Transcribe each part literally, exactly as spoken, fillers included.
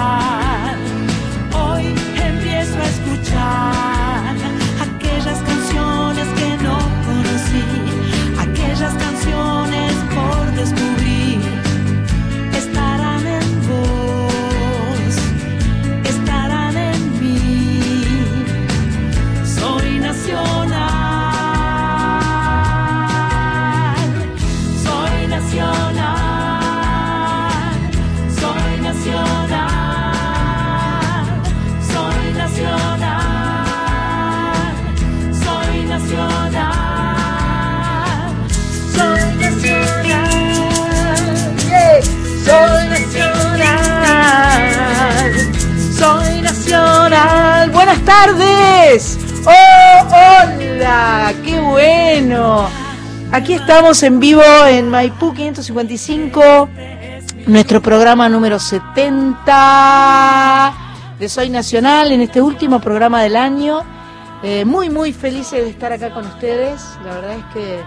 Hoy empiezo a escuchar aquellas canciones que no conocí, aquellas canciones por descubrir. Estarán en vos, estarán en mí. Soy nacional, soy nacional, soy nacional, soy nacional, soy nacional, soy nacional, yeah. Soy nacional, soy nacional. Buenas tardes. ¡Oh, hola! ¡Qué bueno! Aquí estamos en vivo en Maipú quinientos cincuenta y cinco, nuestro programa número setenta de Soy Nacional, en este último programa del año. Eh, muy, muy felices de estar acá con ustedes. La verdad es que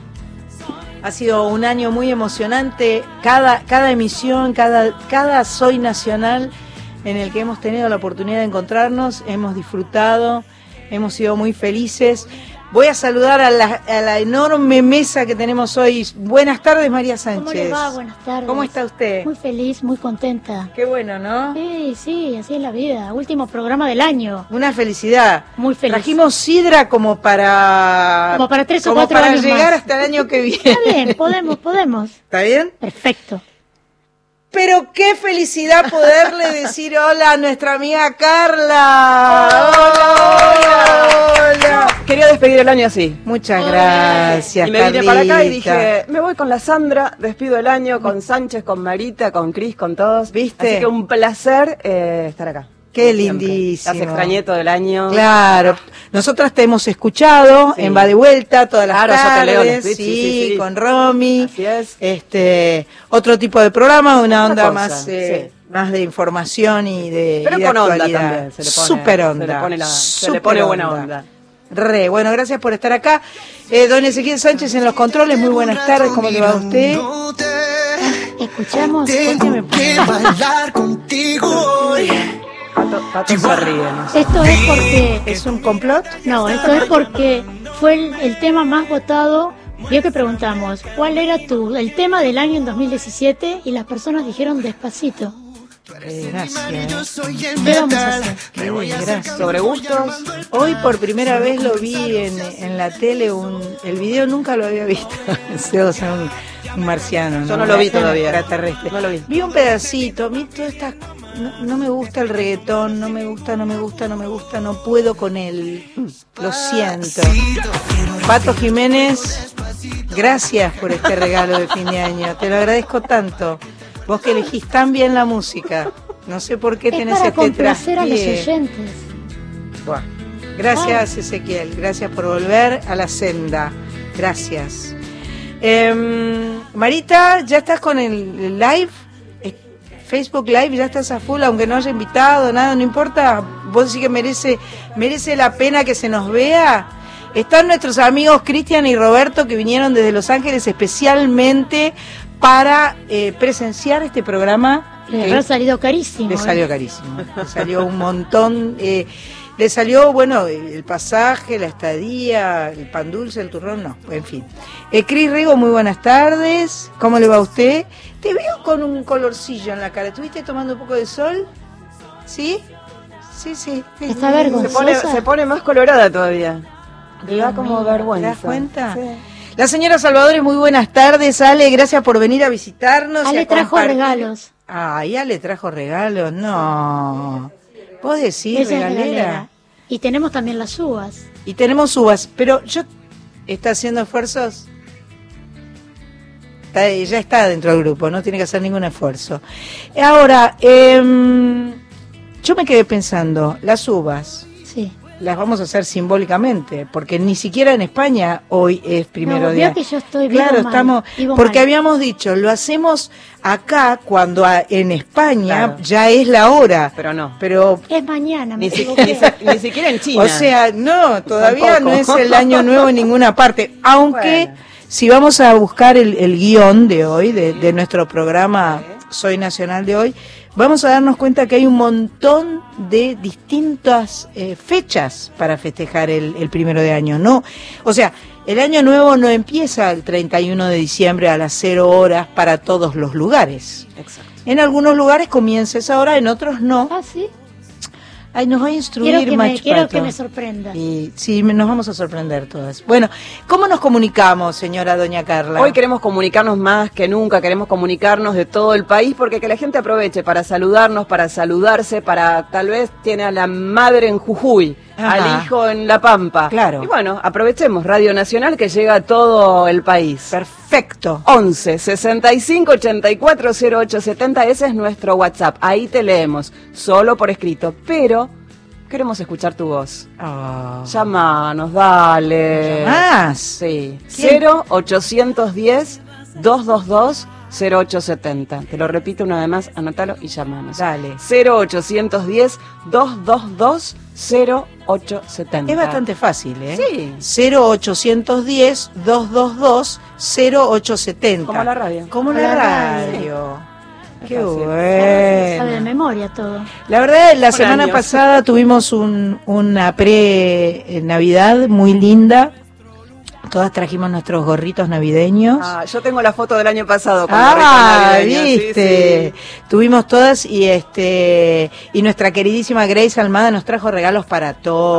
ha sido un año muy emocionante. Cada, cada emisión, cada, cada Soy Nacional en el que hemos tenido la oportunidad de encontrarnos, hemos disfrutado. Hemos sido muy felices. Voy a saludar a la, a la enorme mesa que tenemos hoy. Buenas tardes, María Sánchez. ¿Cómo le va? Buenas tardes. ¿Cómo está usted? Muy feliz, muy contenta. Qué bueno, ¿no? Sí, sí, así es la vida. Último programa del año. Una felicidad. Muy feliz. Trajimos sidra como para... Como para tres o como cuatro para años llegar más. hasta el año que viene. Está bien, podemos, podemos. ¿Está bien? Perfecto. Pero qué felicidad poderle decir hola a nuestra amiga Carla. Hola, hola, hola. Quería despedir el año así. Muchas gracias, Y me vine Carlita. para acá y dije, me voy con la Sandra, despido el año con Sánchez, con Marita, con Cris, con todos. ¿Viste? Así que un placer eh, estar acá. Qué como siempre. lindísimo. Las extrañé todo el año. Claro, nosotras te hemos escuchado Sí. en Va de Vuelta todas las Claro, Yo te leo los tardes, tweets, sí, sí, sí, sí. con Romy. Así es. Este, otro tipo de programa, una Otra onda cosa, más, eh, sí. más de información y de, Pero y de con onda actualidad. también. Se le pone, Super onda. Se le pone, la, se le super pone buena onda. Re, bueno, gracias por estar acá. Eh, don Ezequiel Sánchez en los controles, muy buenas tardes, ¿cómo le va a usted? Escuchamos. ¿Por qué me que bailar contigo hoy. Pato, Pato se ríe, ¿no? Esto es porque... ¿Es un complot? No, esto es porque fue el, el tema más votado. Vio que preguntamos, ¿cuál era tu el tema del año en dos mil diecisiete? Y las personas dijeron Despacito. Eh, gracias. ¿Qué vamos a hacer? Qué bien, gracias. Sobre gustos. Hoy por primera vez lo vi en, en la tele, un, el video nunca lo había visto, o sea, un, un marciano. Yo no lo vi todavía. Extraterrestre. No lo vi. Vi un pedacito, vi todas estas... No, no me gusta el reggaetón, no me gusta, no me gusta, no me gusta, no puedo con él, lo siento. Pato Jiménez, gracias por este regalo de fin de año, te lo agradezco tanto. Vos que elegís tan bien la música, no sé por qué Es tenés para este complacer a los traspié. oyentes. Buah. Gracias, Ezequiel, gracias por volver a la senda, gracias. Eh, Marita, ¿ya estás con el, el live? Facebook Live, ya estás a full, aunque no haya invitado, nada, no importa. Vos decís que merece, merece la pena que se nos vea. Están nuestros amigos Cristian y Roberto que vinieron desde Los Ángeles especialmente para eh, presenciar este programa. Le que habrá salido carísimo. Le ¿eh? salió carísimo, le salió un montón. Eh, le salió, bueno, el pasaje, la estadía, el pan dulce, el turrón, no, en fin. Eh, Cris Rigo, muy buenas tardes. ¿Cómo le va a usted? Te veo con un colorcillo en la cara. ¿Estuviste tomando un poco de sol? ¿Sí? Sí, sí. Está Se vergonzosa. pone, se pone más colorada todavía. Le da como mío, vergüenza. ¿te das cuenta? Sí. La señora Salvadores, muy buenas tardes. Ale, gracias por venir a visitarnos. y Ale a trajo compartir. regalos. Ay, Ale trajo regalos. No. ¿Vos decís Ella es regalera? regalera. Y tenemos también las uvas. Y tenemos uvas, pero yo... ¿Está haciendo esfuerzos? Está, ya está dentro del grupo, no tiene que hacer ningún esfuerzo. Ahora, eh, yo me quedé pensando, las uvas, Sí. las vamos a hacer simbólicamente, porque ni siquiera en España hoy es primero No, de veo año. que yo estoy vivo Claro, mal, estamos, vivo porque mal. habíamos dicho, lo hacemos acá cuando a- en España Claro. ya es la hora. Pero no. Pero Es mañana, me Ni, si- equivoqué. ni si- ni siquiera en China. o sea, no, todavía no es Tampoco. el año nuevo en ninguna parte. Aunque, Bueno. si vamos a buscar el, el guión de hoy, de, de nuestro programa Soy Nacional de hoy, vamos a darnos cuenta que hay un montón de distintas eh, fechas para festejar el, el primero de año, ¿no? O sea, el año nuevo no empieza el treinta y uno de diciembre a las cero horas para todos los lugares. Exacto. En algunos lugares comienza esa hora, en otros no. Ah, sí. Ay, nos va a instruir, Quiero que, me, Macho quiero Pato. que me sorprenda. Y sí, me- nos vamos a sorprender todas. Bueno, ¿cómo nos comunicamos, señora doña Carla? Hoy queremos comunicarnos más que nunca, queremos comunicarnos de todo el país porque que la gente aproveche para saludarnos, para saludarse, para tal vez tiene a la madre en Jujuy, Ajá. al hijo en La Pampa. Claro. Y bueno, aprovechemos Radio Nacional que llega a todo el país. Perfecto. once sesenta y cinco ochenta y cuatro cero ocho setenta, ese es nuestro WhatsApp. Ahí te leemos, solo por escrito, pero queremos escuchar tu voz. Oh. Llámanos, dale. ¿Llamás? Sí. ¿Quién? cero ochocientos diez, doscientos veintidós, cero ocho setenta. Te lo repito una vez más, anótalo y llámanos. Dale. cero ochocientos diez, doscientos veintidós, cero ocho setenta. Es bastante fácil, ¿eh? Sí. cero ochocientos diez, doscientos veintidós, cero ocho setenta. Como la radio. Como Como la la radio. radio. Qué fácil. Sabe de bueno. memoria todo. La verdad, la Con semana años. pasada tuvimos un, una pre-Navidad muy linda. Todas trajimos nuestros gorritos navideños. Ah, yo tengo la foto del año pasado con Ah, gorritos navideños, sí, viste. sí. Tuvimos todas y este y nuestra queridísima Grace Almada nos trajo regalos para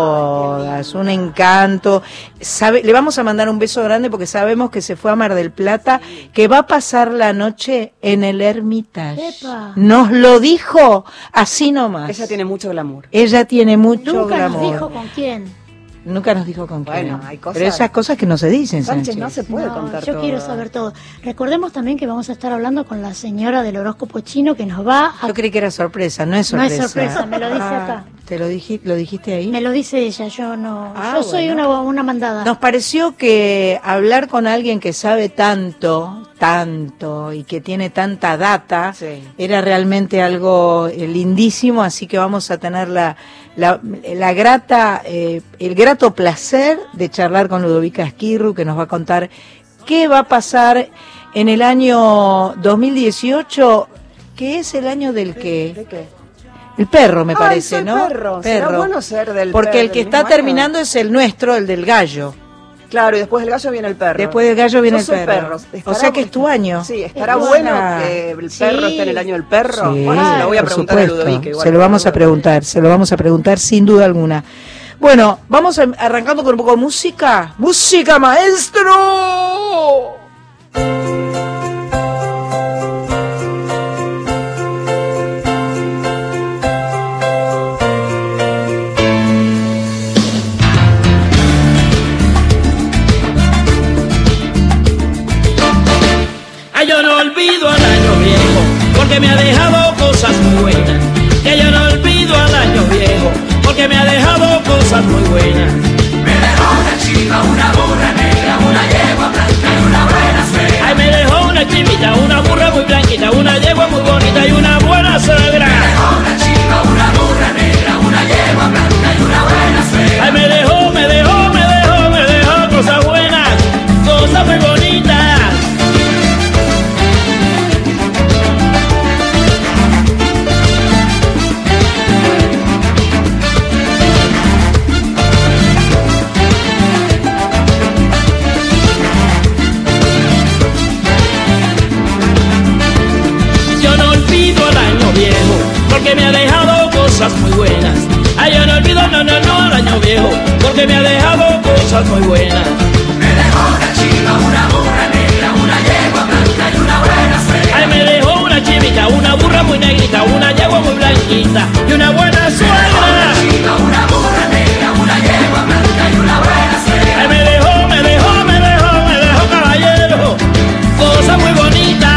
todas, un encanto. Sabe, le vamos a mandar un beso grande porque sabemos que se fue a Mar del Plata, que va a pasar la noche en el Hermitage. Epa. Nos lo dijo así nomás. Ella tiene mucho glamour. Ella tiene mucho Nunca glamour. nos dijo con quién. Nunca nos dijo con quién. Bueno, hay cosas- Pero esas cosas que no se dicen, Sánchez, Sánchez. no se puede No, contar yo todo. quiero saber todo. Recordemos también que vamos a estar hablando con la señora del horóscopo chino que nos va a... Yo creí que era sorpresa, no es No es sorpresa. sorpresa, me lo dice Ah, acá. ¿Te lo, dije, lo dijiste ahí? Me lo dice ella, yo no... Ah, yo soy bueno. una, una mandada. Nos pareció que hablar con alguien que sabe tanto, tanto y que tiene tanta data Sí. era realmente algo eh, lindísimo, así que vamos a tener la, la, la grata, eh, el grato placer de charlar con Ludovica Esquirru, que nos va a contar qué va a pasar en el año dos mil dieciocho, que es el año del que... ¿De qué? El perro, me Ay, parece, soy ¿no? perro. Será bueno ser del Porque per- el que del está mismo año. terminando es el nuestro, el del gallo. Claro, y después del gallo viene el perro. Después del gallo viene Yo el soy perro. perro. O Estará sea que es bu- tu año. Sí, estará Es bueno buena. que el perro Sí. esté en el año del perro. Sí, Bueno, se lo voy a por preguntar a supuesto. Ludovica. igual Se lo que vamos a Ludovica. preguntar, se lo vamos a preguntar sin duda alguna. Bueno, vamos a- arrancando con un poco de música. ¡Música, maestro! Ay, yo no olvido al año viejo, porque me ha dejado cosas muy buenas. Que yo no olvido al año viejo, porque me ha dejado cosas muy buenas. Me dejó una chiva, una burra negra, una yegua blanca y una buena suegra. Ay, me dejó una chivita, una burra muy blanquita, una yegua muy bonita y una buena suegra. Me dejó una chiva, una burra negra, una yegua blanca y una buena suegra. Ay, me dejó, me dejó, me dejó, me dejó cosas buenas, cosas muy bonitas. Yo no olvido al año viejo, porque me ha dejado cosas muy buenas. Ay, yo no olvido, no, no, no, al año viejo, porque me ha dejado cosas muy buenas. Me dejó una chiva, una burra negra, una yegua blanca y una buena suegra. Ay, me dejó una chivita, una burra muy negrita, una yegua muy blanquita y una buena suegra. Chiva, una burra negra, una yegua blanca y una buena suegra. Ay, me dejó, me dejó, me dejó, me dejó caballero, cosas muy bonitas.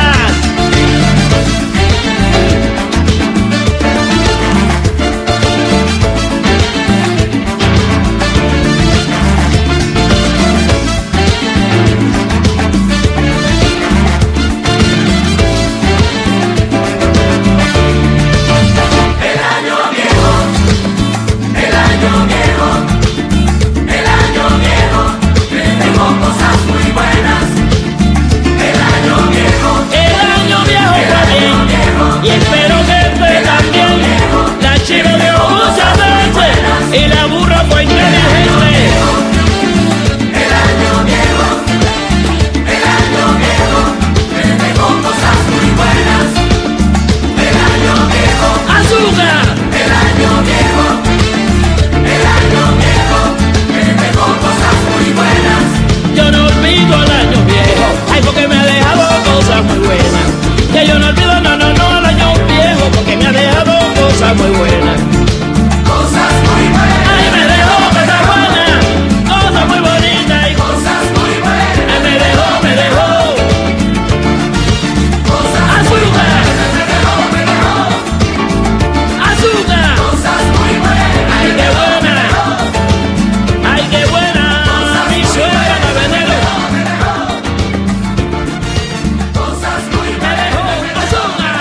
El año viejo, el año cosas muy buenas. Cosas muy buenas. Ay, me dejó cosas buenas, cosas muy bonitas y Cosas muy buenas. Ay, me dejó, me dejó. Cosas muy buenas. Me dejó, me dejó. Azúcar. Cosas muy buenas. Ay, qué buena. Ay, qué buena. Mi suegra me dejó. Cosas muy Me buenas. dejó azúcar.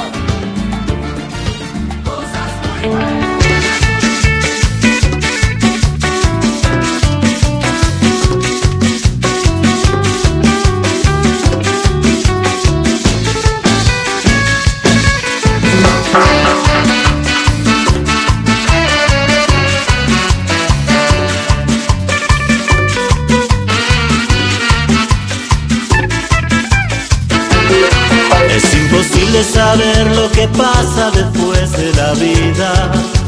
Cosas muy buenas. Es imposible saber lo que pasa después de la vida.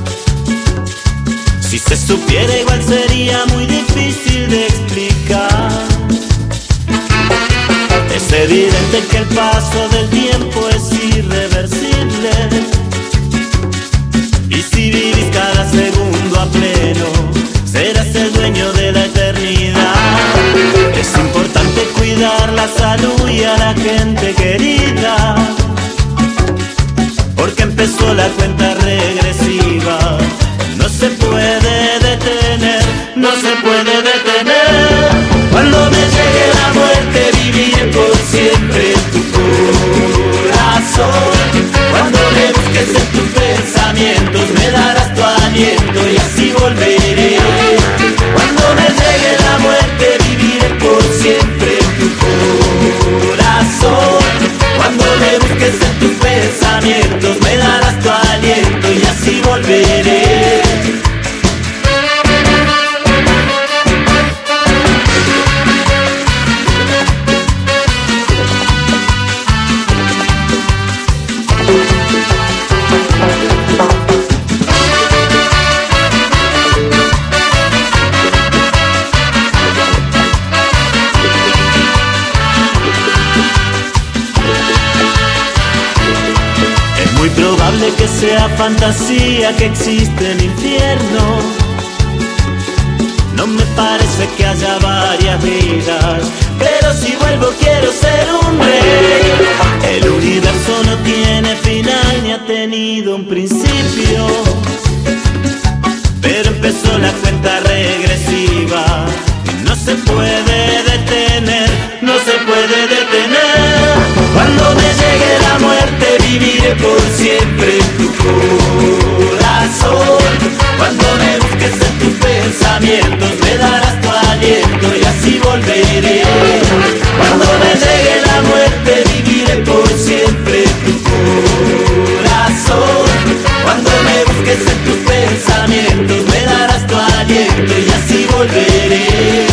Si se supiera igual sería muy difícil de explicar. Es evidente que el paso del tiempo es irreversible. Y si vivís cada segundo a pleno, serás el dueño de la eternidad. Es importante cuidar la salud y a la gente querida, porque empezó la cuenta regresiva. No se puede detener, no se puede detener. Cuando me llegue la muerte viviré por siempre en tu corazón. Cuando me busques en tus pensamientos me darás tu aliento y así volveré. Cuando me llegue la muerte viviré por siempre en tu corazón. Cuando me busques en tus pensamientos me darás tu aliento y así volveré. Es muy probable que sea fantasía que existe el infierno. No me parece que haya varias vidas, pero si vuelvo quiero ser un rey. El universo no tiene final ni ha tenido un principio, pero empezó la cuenta regresiva. No se puede detener, no se puede detener. Cuando me llegue la muerte viviré por siempre en tu corazón. Cuando me busques en tus pensamientos me darás tu aliento y así volveré. Cuando me llegue la muerte viviré por siempre en tu corazón. Cuando me busques en tus pensamientos me darás tu aliento y así volveré.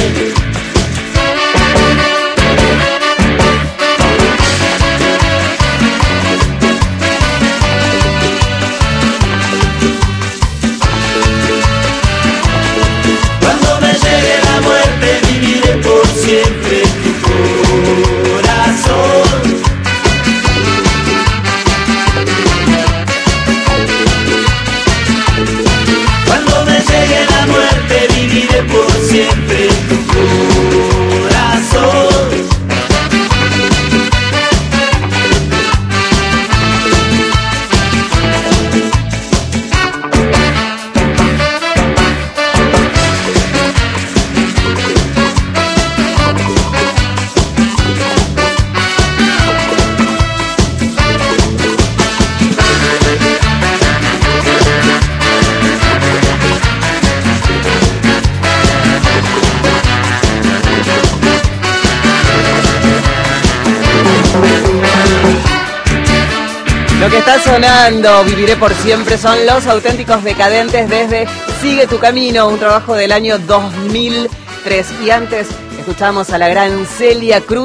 Cuando me llegue la muerte viviré por siempre en tu corazón. Cuando me llegue la muerte viviré por siempre en tu corazón. Lo que está sonando, Viviré por Siempre, son Los Auténticos Decadentes desde Sigue tu Camino, un trabajo del año dos mil tres. Y antes escuchamos a la gran Celia Cruz,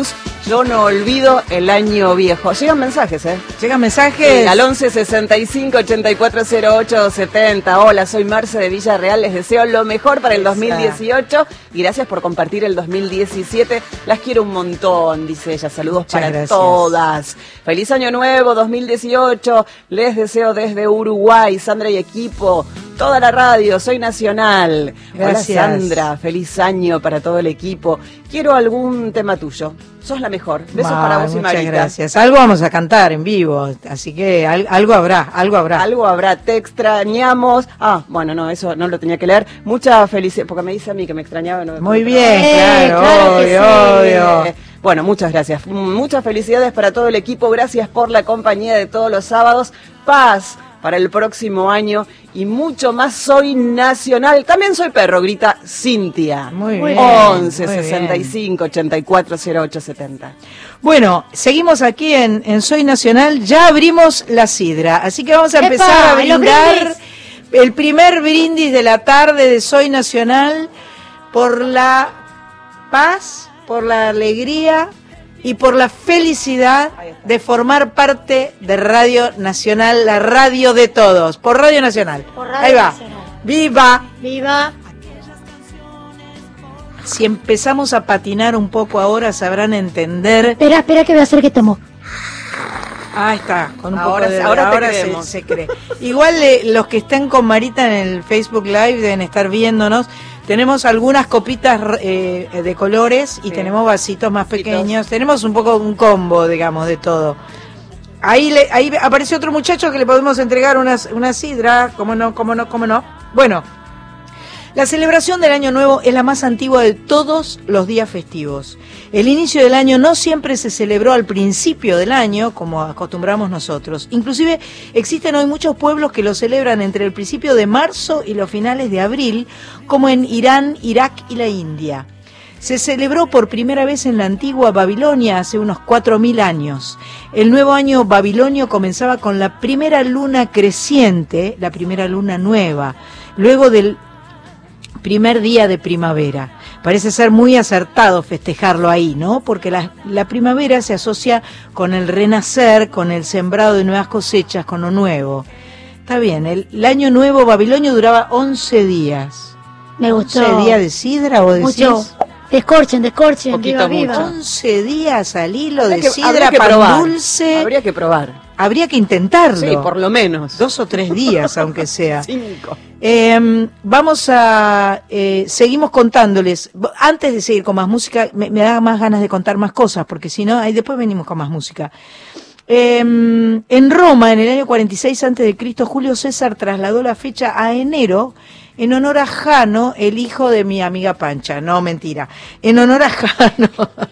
Yo no olvido el año viejo. Llegan mensajes, ¿eh? Llegan mensajes. Sí, al once sesenta y cinco ochenta y cuatro cero ocho setenta. Hola, soy Marce de Villarreal. Les deseo lo mejor para el dos mil dieciocho y gracias por compartir el dos mil diecisiete. Las quiero un montón, dice ella. Saludos Muchas para gracias. todas. Feliz año nuevo dos mil dieciocho. Les deseo desde Uruguay, Sandra y equipo, toda la radio. Soy Nacional. Gracias. Hola, Sandra. Feliz año para todo el equipo. Quiero algún tema tuyo. Sos la mejor. Besos Bah, para vos y muchas Marita. gracias. Algo vamos a cantar en vivo, así que al- algo habrá, algo habrá. Algo habrá, te extrañamos. Ah, bueno, no, eso no lo tenía que leer. Mucha felicidad, porque me dice a mí que me extrañaba. No me Muy puedo bien, Eh, claro, claro que obvio, sí. obvio. Eh, Bueno, muchas gracias. Muchas felicidades para todo el equipo. Gracias por la compañía de todos los sábados. Paz para el próximo año y mucho más. Soy Nacional. También soy perro, grita Cintia. Muy Muy bien. once muy sesenta y bien. cinco ochenta y cuatro cero ocho setenta. Bueno, seguimos aquí en, en Soy Nacional, ya abrimos la sidra, así que vamos a ¡Epa! empezar a ¡Los brindar brindis! el primer brindis de la tarde de Soy Nacional por la paz, por la alegría y por la felicidad de formar parte de Radio Nacional, la radio de todos, por Radio Nacional. Por Radio Ahí va. Nacional. ¡Viva! Viva. Si empezamos a patinar un poco ahora sabrán entender. Espera, espera que voy a hacer que tomo. Ah, está, con un Ahora poco de sí, ahora te ahora se, creemos. se cree. Igual eh, los que están con Marita en el Facebook Live deben estar viéndonos. Tenemos algunas copitas eh, de colores y Sí. tenemos vasitos más Vasitos. pequeños. Tenemos un poco un combo, digamos, de todo. Ahí le, ahí apareció otro muchacho que le podemos entregar una, una sidra. ¿Cómo no? ¿Cómo no? ¿Cómo no? Bueno. La celebración del Año Nuevo es la más antigua de todos los días festivos. El inicio del año no siempre se celebró al principio del año, como acostumbramos nosotros. Inclusive existen hoy muchos pueblos que lo celebran entre el principio de marzo y los finales de abril, como en Irán, Irak y la India. Se celebró por primera vez en la antigua Babilonia hace unos cuatro mil años. El nuevo año babilonio comenzaba con la primera luna creciente, la primera luna nueva, luego del primer día de primavera. Parece ser muy acertado festejarlo ahí, ¿no? Porque la, la primavera se asocia con el renacer, con el sembrado de nuevas cosechas, con lo nuevo. Está bien, el, el año nuevo babilonio duraba once días. Me gustó. ¿once días de sidra o decís? Mucho. Descorchen, descorchen. Poquito, Viva, mucho. viva. once días al hilo Habría de que- sidra, habría que pan probar. dulce. Habría que probar. Habría que intentarlo. Sí, por lo menos. Dos o tres días, aunque sea. Cinco. Eh, vamos a... Eh, seguimos contándoles. Antes de seguir con más música, me, me da más ganas de contar más cosas, porque si no, ahí después venimos con más música. Eh, en Roma, en el año cuarenta y seis antes de Cristo, Julio César trasladó la fecha a enero en honor a Jano, el hijo de mi amiga Pancha. No, mentira. En honor a Jano.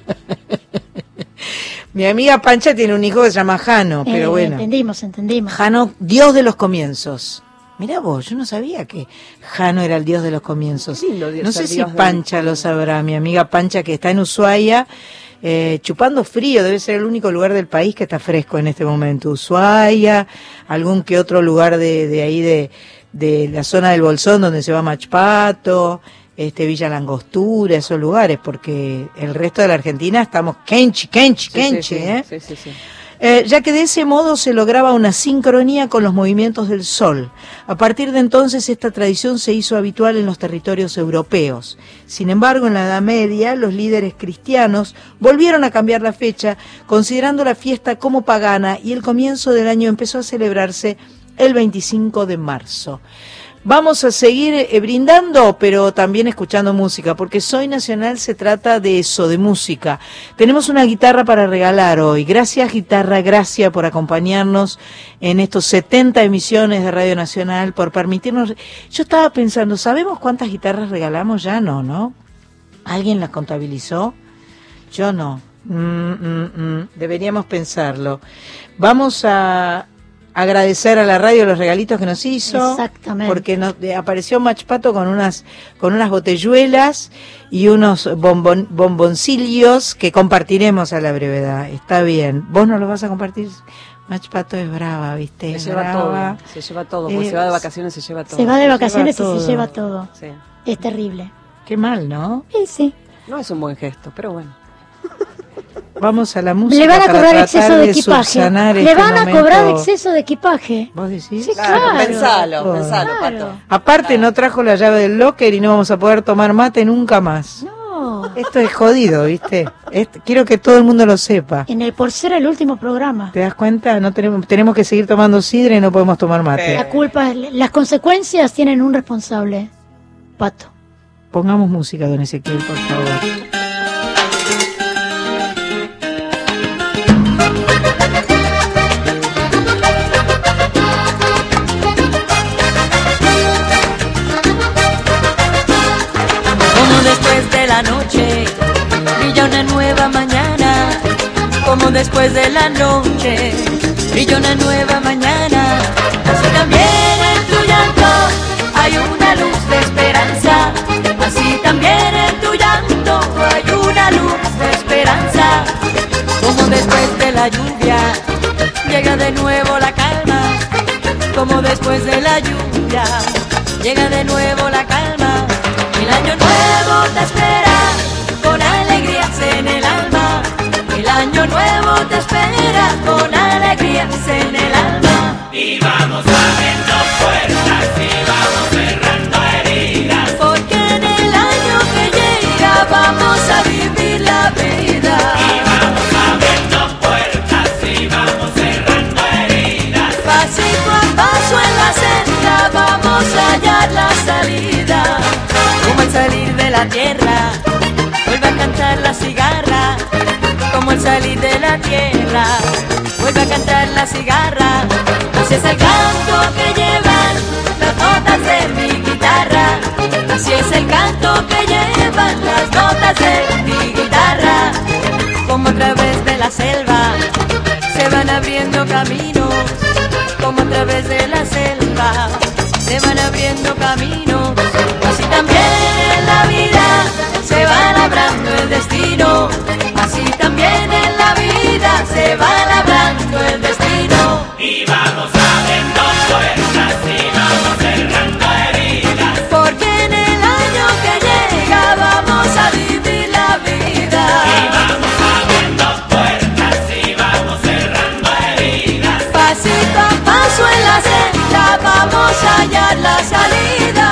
Mi amiga Pancha tiene un hijo que se llama Jano, pero Eh, bueno. Entendimos, entendimos. Jano, Dios de los comienzos. Mirá vos, yo no sabía que Jano era el Dios de los comienzos. Qué lindo Dios, No sé el si Dios de Pancha los lo sabrá, mi amiga Pancha que está en Ushuaia, eh, chupando frío, debe ser el único lugar del país que está fresco en este momento. Ushuaia, algún que otro lugar de, de ahí de, de la zona del Bolsón donde se va Machpato, este Villa Langostura, esos lugares, porque el resto de la Argentina estamos kenchi, kenchi, Sí, kenchi, sí, sí, ¿eh? sí, sí, sí. Eh, ya que de ese modo se lograba una sincronía con los movimientos del sol. A partir de entonces esta tradición se hizo habitual en los territorios europeos. Sin embargo, en la Edad Media, los líderes cristianos volvieron a cambiar la fecha, considerando la fiesta como pagana, y el comienzo del año empezó a celebrarse el veinticinco de marzo. Vamos a seguir eh, brindando, pero también escuchando música, porque Soy Nacional se trata de eso, de música. Tenemos una guitarra para regalar hoy. Gracias, guitarra, gracias por acompañarnos en estos setenta emisiones de Radio Nacional, por permitirnos... Yo estaba pensando, ¿sabemos cuántas guitarras regalamos ya? No, ¿no? ¿Alguien las contabilizó? Yo no. Mm, mm, mm. Deberíamos pensarlo. Vamos a... agradecer a la radio los regalitos que nos hizo. Exactamente. Porque nos de, apareció Machpato con unas con unas botelluelas y unos bombon, bomboncillos que compartiremos a la brevedad. Está bien. ¿Vos no los vas a compartir? Machpato es brava, ¿viste? Se Es lleva brava. todo, se lleva todo, porque Eh, se va de vacaciones, se lleva todo. Se va de Se vacaciones lleva y se todo. lleva todo. Sí. Es terrible. Qué mal, ¿no? Sí, sí. No es un buen gesto, pero bueno. Vamos a la música. Le van a para cobrar tratar exceso de de equipaje. subsanar Le este van a momento. cobrar exceso de equipaje. ¿Vos decís? Sí, Claro, claro. pensalo, Claro. pensalo, Claro. Pato. Aparte no trajo la llave del locker y no vamos a poder tomar mate nunca más. No. Esto es jodido, ¿viste? Est- quiero que todo el mundo lo sepa. En el por ser el último programa. ¿Te das cuenta? No tenemos, tenemos que seguir tomando sidra y no podemos tomar mate. Eh. La culpa, es- las consecuencias tienen un responsable. Pato. Pongamos música, don Ezequiel, por favor. Como después de la noche brilla una nueva mañana, como después de la noche brilla una nueva mañana, así también en tu llanto hay una luz de esperanza, así también en tu llanto hay una luz de esperanza, como después de la lluvia llega de nuevo la calma, como después de la lluvia llega de nuevo la calma. El año nuevo te espera con alegrías en el alma. El año nuevo te espera con alegrías en el alma. Y vamos abriendo puertas y vamos cerrando heridas. Porque en el año que llega vamos a vivir la vida. Y vamos abriendo puertas y vamos cerrando heridas. Pasito a paso en la senda vamos a hallar la salida. Como al salir de la tierra vuelve a cantar la cigarra. Como al salir de la tierra vuelve a cantar la cigarra. Así es el canto que llevan las notas de mi guitarra. Así es el canto que llevan las notas de mi guitarra. Como a través de la selva se van abriendo caminos. Como a través de la selva se van abriendo caminos. Así también en la vida se va labrando el destino. Así también en la vida se va labrando el destino. Y vamos abriendo puertas y vamos cerrando heridas. Porque en el año que llega vamos a vivir la vida. Y vamos abriendo puertas y vamos cerrando heridas. Pasito a paso en la senda vamos a hallar la salida.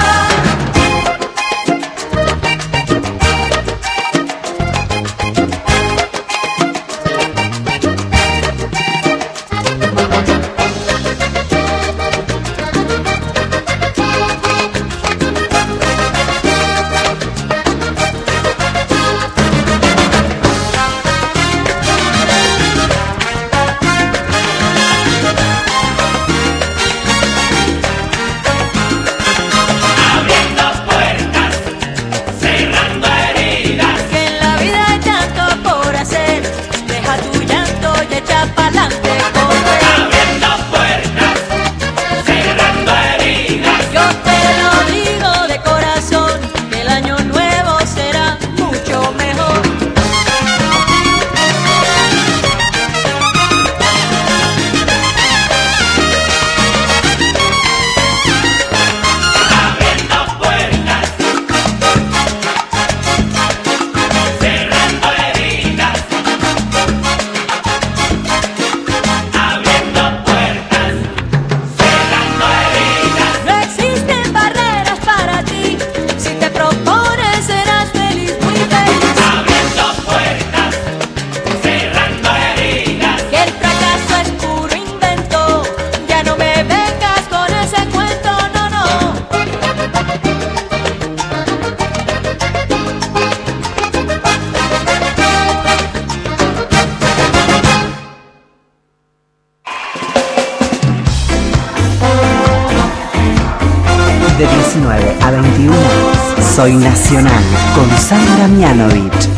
De diecinueve a veintiuno, Soy Nacional, con Sandra Mianovich.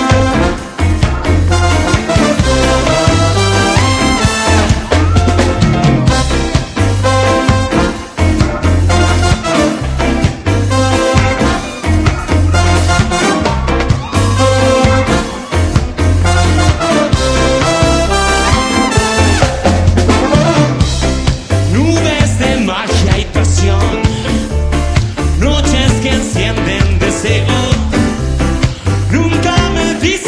Nubes de magia y pasión, noches que encienden deseo. Nunca me viste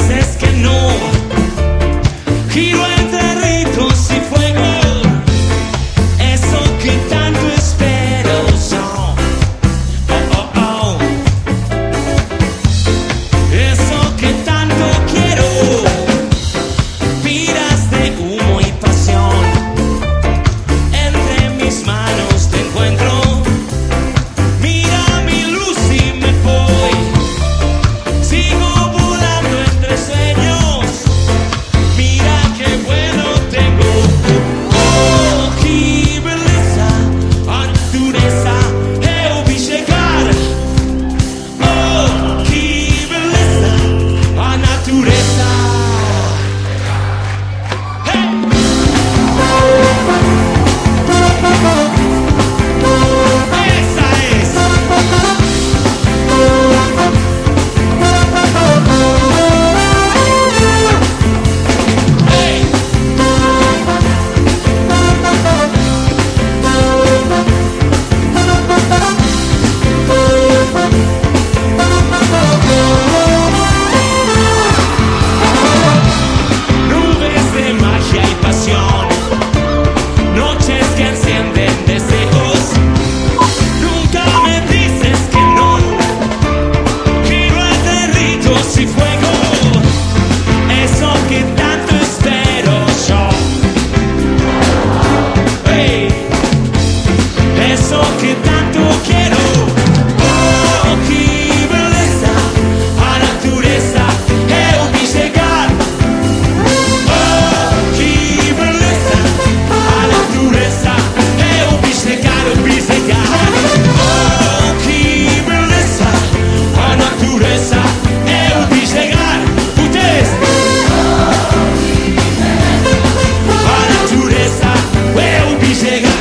eso que tanto quiero. Oh, che bellezza, a natureza eu vi chegar. Oh, che bellezza, a natureza eu vi chegar, eu vi chegar. Oh, che bellezza, a natureza eu vi chegar. Ustedes. A natureza eu vi chegar.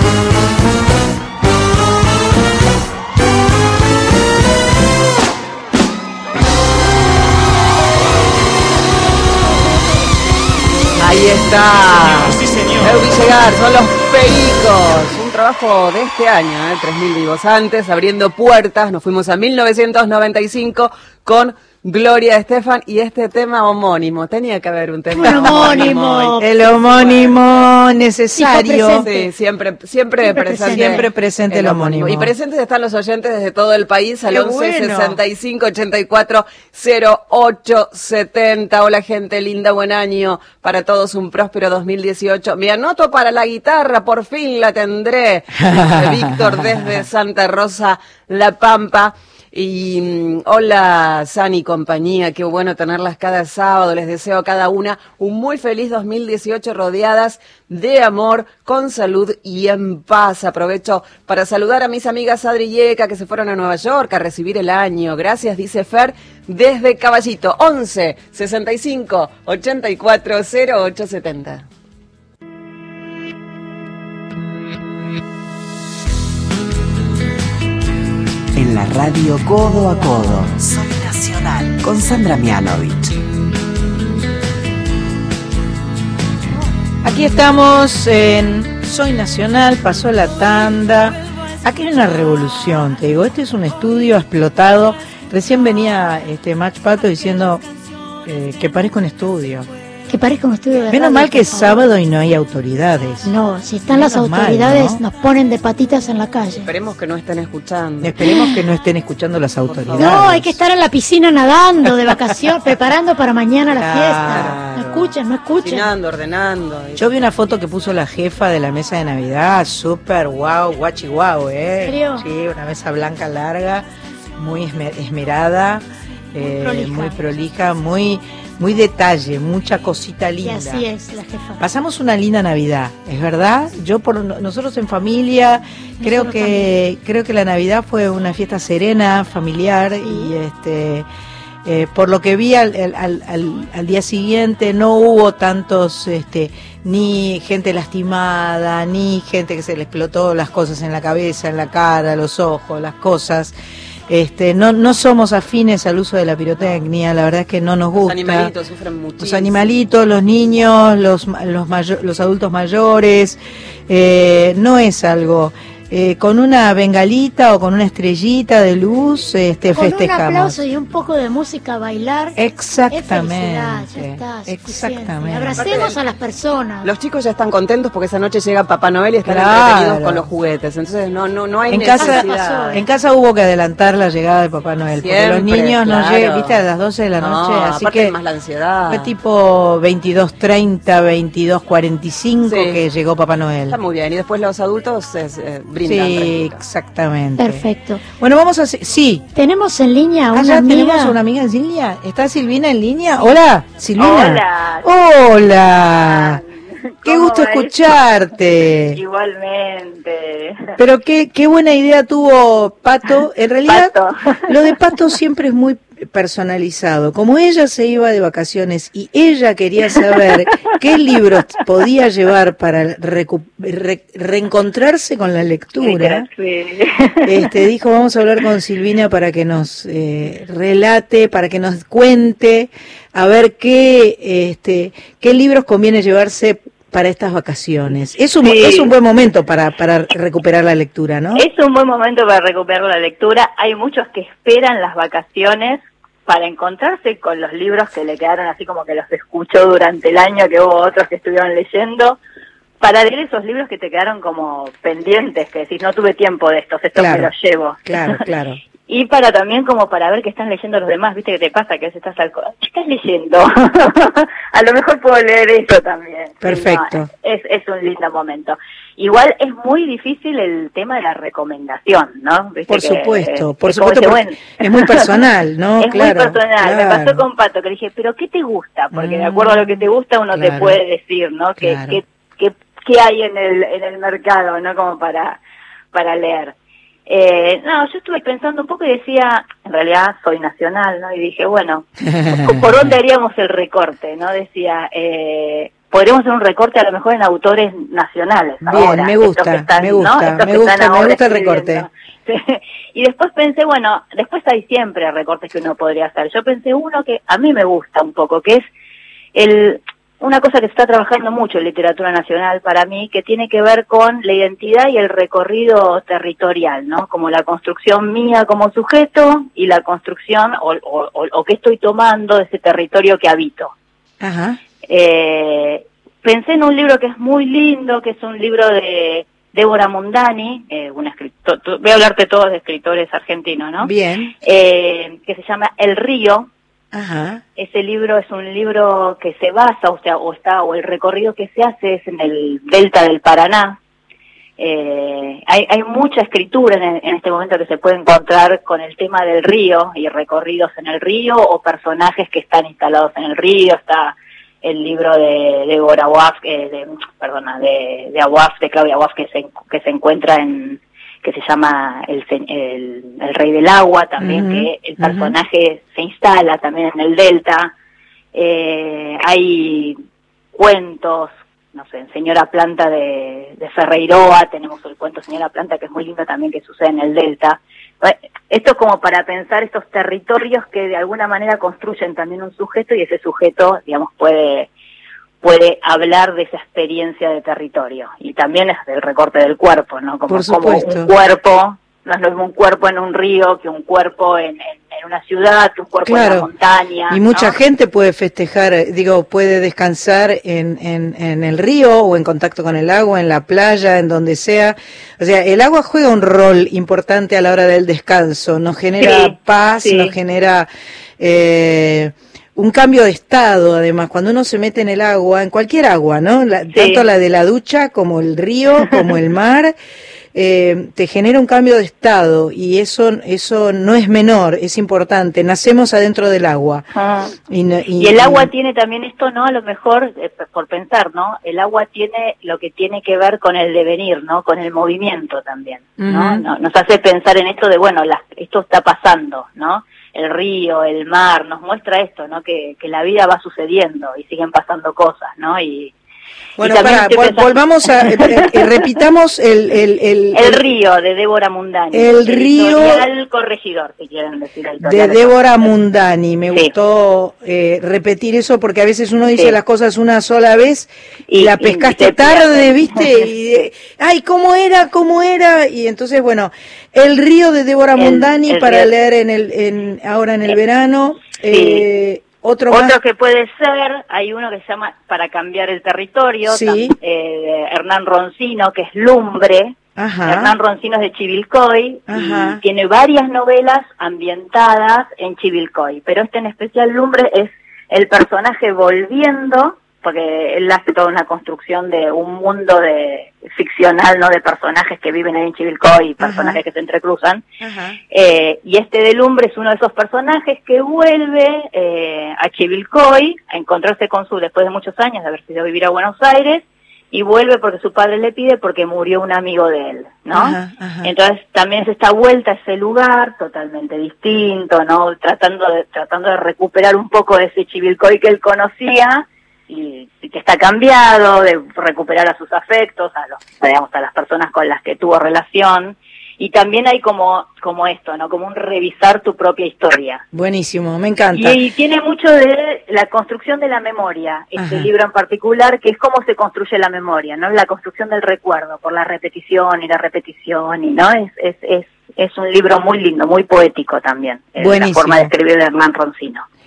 Ahí está. Sí, señor. Eu vi llegar, son los Pericos. Un trabajo de este año, ¿eh? tres mil vivos antes, abriendo puertas. Nos fuimos a mil novecientos noventa y cinco con Gloria Estefan y este tema homónimo. Tenía que haber un tema Un homónimo. El homónimo necesario. Hijo Sí, siempre, siempre, Siempre presente. presente. Siempre presente el homónimo. Y presentes están los oyentes desde todo el país al Qué once bueno. sesenta y cinco ochenta y cuatro cero ocho setenta. Hola gente linda, buen año para todos, un próspero dos mil dieciocho. Me anoto para la guitarra, por fin la tendré. Dice Víctor desde Santa Rosa, La Pampa. Y mm, hola Sani y compañía, qué bueno tenerlas cada sábado, les deseo a cada una un muy feliz dos mil dieciocho rodeadas de amor, con salud y en paz. Aprovecho para saludar a mis amigas Adri y Eka que se fueron a Nueva York a recibir el año. Gracias, dice Fer, desde Caballito, once sesenta y cinco ochenta y cuatro cero ocho setenta. En la radio Codo a Codo. Soy Nacional. Con Sandra Mianovich. Aquí estamos en Soy Nacional, pasó la tanda. Aquí hay una revolución, te digo. Este es un estudio explotado. Recién venía este Mach Pato diciendo eh, que parezca un estudio. Que parezca un estudio de Menos radio, mal que por es favor. sábado y no hay autoridades. No, si están las Menos mal, autoridades, ¿no? nos ponen de patitas en la calle. Esperemos que no estén escuchando. Esperemos que no estén escuchando las autoridades. No, hay que estar en la piscina nadando de vacación, preparando para mañana la Claro. fiesta. No escuchen, no escuchen. Cocinando, ordenando. Yo vi una foto que puso la jefa de la mesa de Navidad, súper guau, guachi guau, ¿eh? ¿En serio? Sí, una mesa blanca larga, muy esmer- esmerada, eh, prolija. muy prolija, muy, muy detalle, mucha cosita Y linda. así es la jefa. Pasamos una linda Navidad, ¿es verdad? Yo por nosotros en familia creo Nosotros que creo que la Navidad fue una fiesta serena, familiar y este eh, por lo que vi al, al, al, al día siguiente no hubo tantos este ni gente lastimada, ni gente que se le explotó las cosas en la cabeza, en la cara, los ojos, las cosas. Este, no, no somos afines al uso de la pirotecnia, la verdad es que no nos Los gusta. animalitos sufren muchísimo. Los animalitos, los niños, los los, mayo- los adultos mayores, eh, no es algo. Eh, con una bengalita o con una estrellita de luz este, Con un festejamos. aplauso y un poco de música a bailar. Exactamente. Es felicidad, ya está, es suficiente. Exactamente. Abracemos a las personas. Los chicos ya están contentos porque esa noche llega Papá Noel y están Claro. entretenidos con los juguetes. Entonces no no no hay En casa, necesidad. en casa hubo que adelantar la llegada de Papá Noel, porque los Siempre, niños no claro. llegan, viste, a las doce de la noche, No, así aparte que es más la ansiedad. fue tipo veintidós treinta, veintidós cuarenta y cinco Sí. que llegó Papá Noel. Está muy bien. Y después los adultos es, eh, brindan. Sí, reguito. exactamente. Perfecto. Bueno, vamos a hacer, sí. Tenemos en línea a Ah, una ya amiga. tenemos una amiga en línea. ¿Está Silvina en línea? Hola, Silvina. Hola. Hola. Qué ¿Cómo gusto va eso? escucharte. Igualmente. Pero qué, qué buena idea tuvo Pato. En realidad, Pato. lo de Pato siempre es muy personalizado. Como ella se iba de vacaciones y ella quería saber qué libros podía llevar para recu- re- reencontrarse con la lectura, Sí. este, dijo, vamos a hablar con Silvina para que nos eh, relate, para que nos cuente, a ver qué, este, qué libros conviene llevarse para estas vacaciones. Es un, Sí. es un buen momento para, para recuperar la lectura, ¿no? Es un buen momento para recuperar la lectura. Hay muchos que esperan las vacaciones para encontrarse con los libros que le quedaron así como que los escuchó durante el año, que hubo otros que estuvieron leyendo, para leer esos libros que te quedaron como pendientes, que decís, no tuve tiempo de estos, estos Claro, me los llevo. claro, claro. y para también como para ver qué están leyendo los demás, viste que te pasa que a veces estás al... ¿Qué estás leyendo? A lo mejor puedo leer eso también. Perfecto. No, es, es un lindo momento. Igual es muy difícil el tema de la recomendación, ¿no? ¿Viste Por que, supuesto, eh, por es como supuesto, dice, porque bueno, es muy personal, ¿no? es Claro, muy personal. claro. Me pasó con Pato, que le dije, ¿pero qué te gusta? Porque de acuerdo a lo que te gusta uno Claro. te puede decir, ¿no? Que, Claro. que, que, que hay en el, en el mercado, ¿no? Como para, para leer. Eh, no, yo estuve pensando un poco y decía, en realidad soy nacional, ¿no? Y dije, bueno, ¿por dónde haríamos el recorte, no? Decía, eh, podríamos hacer un recorte a lo mejor en autores nacionales. Bien, ahora, me estos gusta, que están, me ¿no? gusta, Estos me que gusta, están me ahora gusta el escribiendo. recorte. Y después pensé, bueno, después hay siempre recortes que uno podría hacer. Yo pensé uno que a mí me gusta un poco, que es el... una cosa que se está trabajando mucho en literatura nacional para mí, que tiene que ver con la identidad y el recorrido territorial, ¿no? Como la construcción mía como sujeto y la construcción o, o, o, o que estoy tomando de ese territorio que habito. Ajá. Eh, pensé en un libro que es muy lindo, que es un libro de Débora Mundani, eh, una escritor, voy a hablarte todos de escritores argentinos, ¿no? Bien. Eh, que se llama El Río. Ajá. Ese libro es un libro que se basa, o sea, o está, o el recorrido que se hace es en el delta del Paraná. Eh, hay, hay mucha escritura en, en este momento que se puede encontrar con el tema del río y recorridos en el río o personajes que están instalados en el río. Está el libro de de Awaf, eh, de, perdona, de, de Awaf, de Claudia Awaf, que se, que se encuentra en, que se llama el, el, el Rey del Agua también, uh-huh, que el personaje uh-huh. se instala también en el delta. Eh, hay cuentos, no sé, en Señora Planta de, de Ferreiroa, tenemos el cuento Señora Planta, que es muy lindo también, que sucede en el delta. Esto es como para pensar estos territorios que de alguna manera construyen también un sujeto, y ese sujeto, digamos, puede... puede hablar de esa experiencia de territorio. Y también es del recorte del cuerpo, ¿no? Como, como un cuerpo, no es lo mismo un cuerpo en un río que un cuerpo en, en, en una ciudad, que un cuerpo claro. en la montaña. Y mucha ¿no? gente puede festejar, digo, puede descansar en, en, en el río o en contacto con el agua, en la playa, en donde sea. O sea, el agua juega un rol importante a la hora del descanso. Nos genera sí, paz, sí. nos genera... Eh, un cambio de estado, además, cuando uno se mete en el agua, en cualquier agua, ¿no? La, sí. Tanto la de la ducha, como el río, como el mar, eh, te genera un cambio de estado, y eso eso no es menor, es importante. Nacemos adentro del agua. Ah. Y, no, y, y el agua y... tiene también esto, ¿no? A lo mejor, eh, por pensar, ¿no? El agua tiene lo que tiene que ver con el devenir, ¿no? Con el movimiento también, ¿no? Uh-huh. ¿no? Nos hace pensar en esto de, bueno, las, esto está pasando, ¿no? El río, el mar, nos muestra esto, ¿no? Que, que la vida va sucediendo y siguen pasando cosas, ¿no? Y bueno, para, vol, pensando... volvamos a, eh, eh, repitamos el el, el... el río, de Débora Mundani. El río... Editorial Corregidor, si quieren decir. De Débora Mundani, me sí. gustó eh, repetir eso, porque a veces uno dice sí. las cosas una sola vez y, y la pescaste y tarde, ¿viste? Y de, ay, ¿cómo era? ¿Cómo era? Y entonces, bueno, El Río de Débora Mundani el, el para río... leer en el en ahora en el verano. Sí. Eh, Otro, Otro más. que puede ser, hay uno que se llama Para cambiar el territorio, sí. tam, eh, de Hernán Roncino, que es Lumbre. Ajá. Hernán Roncino es de Chivilcoy, Ajá. y tiene varias novelas ambientadas en Chivilcoy, pero este en especial, Lumbre, es el personaje volviendo, porque él hace toda una construcción de un mundo de ficcional, ¿no? De personajes que viven ahí en Chivilcoy y personajes Ajá. que se entrecruzan. Eh, y este de Lumbre es uno de esos personajes que vuelve eh, a Chivilcoy a encontrarse con su, después de muchos años de haber ido a vivir a Buenos Aires, y vuelve porque su padre le pide, porque murió un amigo de él, ¿no? Ajá, ajá. Entonces también es esta vuelta a ese lugar totalmente distinto, ¿no? Tratando de, tratando de recuperar un poco de ese Chivilcoy que él conocía, y, y que está cambiado, de recuperar a sus afectos, a los, digamos, a las personas con las que tuvo relación. Y también hay como como esto, ¿no? Como un revisar tu propia historia. Buenísimo, me encanta. Y, y tiene mucho de la construcción de la memoria, este Ajá. libro en particular, que es cómo se construye la memoria, ¿no? La construcción del recuerdo, por la repetición y la repetición, y ¿no? Es es es, es un libro muy lindo, muy poético también. Es la forma de escribir de Hernán Roncino.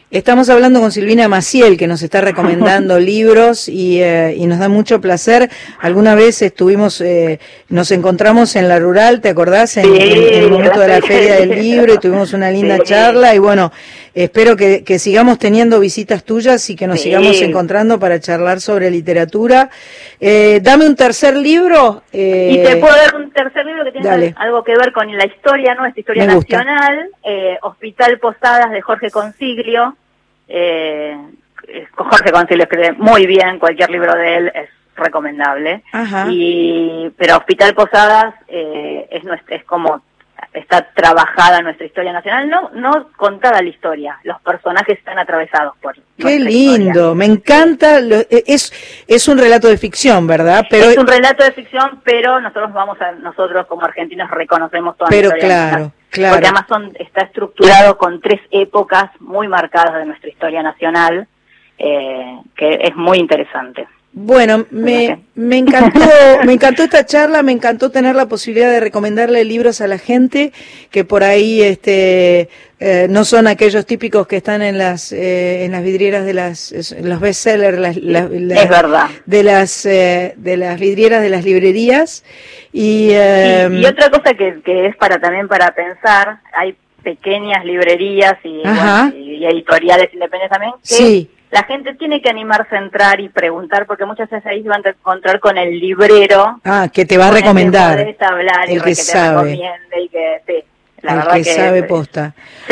Estamos hablando con Silvina Maciel, que nos está recomendando libros y, eh, y nos da mucho placer. Alguna vez estuvimos, eh, nos encontramos en La Rural, ¿te acordás? En, Sí, en el momento de la sí. Feria del Libro y tuvimos una linda Sí. charla y bueno, espero que, que sigamos teniendo visitas tuyas y que nos Sí. sigamos encontrando para charlar sobre literatura. Eh, dame un tercer libro. Eh, Y te puedo dar un tercer libro que tiene dale. algo que ver con la historia, nuestra historia Me gusta. nacional, eh, Hospital Posadas de Jorge Consiglio. Eh, Jorge Consiglio escribe muy bien, cualquier libro de él es recomendable. Ajá. Y pero Hospital Posadas eh, es nuestra, es como está trabajada nuestra historia nacional, no no contada la historia, los personajes están atravesados por Qué nuestra lindo, historia. me encanta. Lo, es, es un relato de ficción, ¿verdad? Pero es un relato de ficción, pero nosotros vamos a nosotros como argentinos reconocemos toda Pero la historia claro, nacional. claro. Porque además son, está estructurado con tres épocas muy marcadas de nuestra historia nacional, eh, que es muy interesante. Bueno, me, me encantó, me encantó esta charla, me encantó tener la posibilidad de recomendarle libros a la gente que por ahí, este, eh, no son aquellos típicos que están en las, eh, en las vidrieras de las, los bestsellers, las, las, las- Es verdad. de las, eh, de las vidrieras de las librerías y, eh, y, y otra cosa que, que es para también para pensar, hay pequeñas librerías y, Ajá. bueno, y, y editoriales independientes también, que sí, la gente tiene que animarse a entrar y preguntar, porque muchas veces ahí se van a encontrar con el librero. ah, que te va a con el que recomendar, podés hablar y el que que te sabe. recomiende y que, sí, la el verdad que que sabe posta. Sí.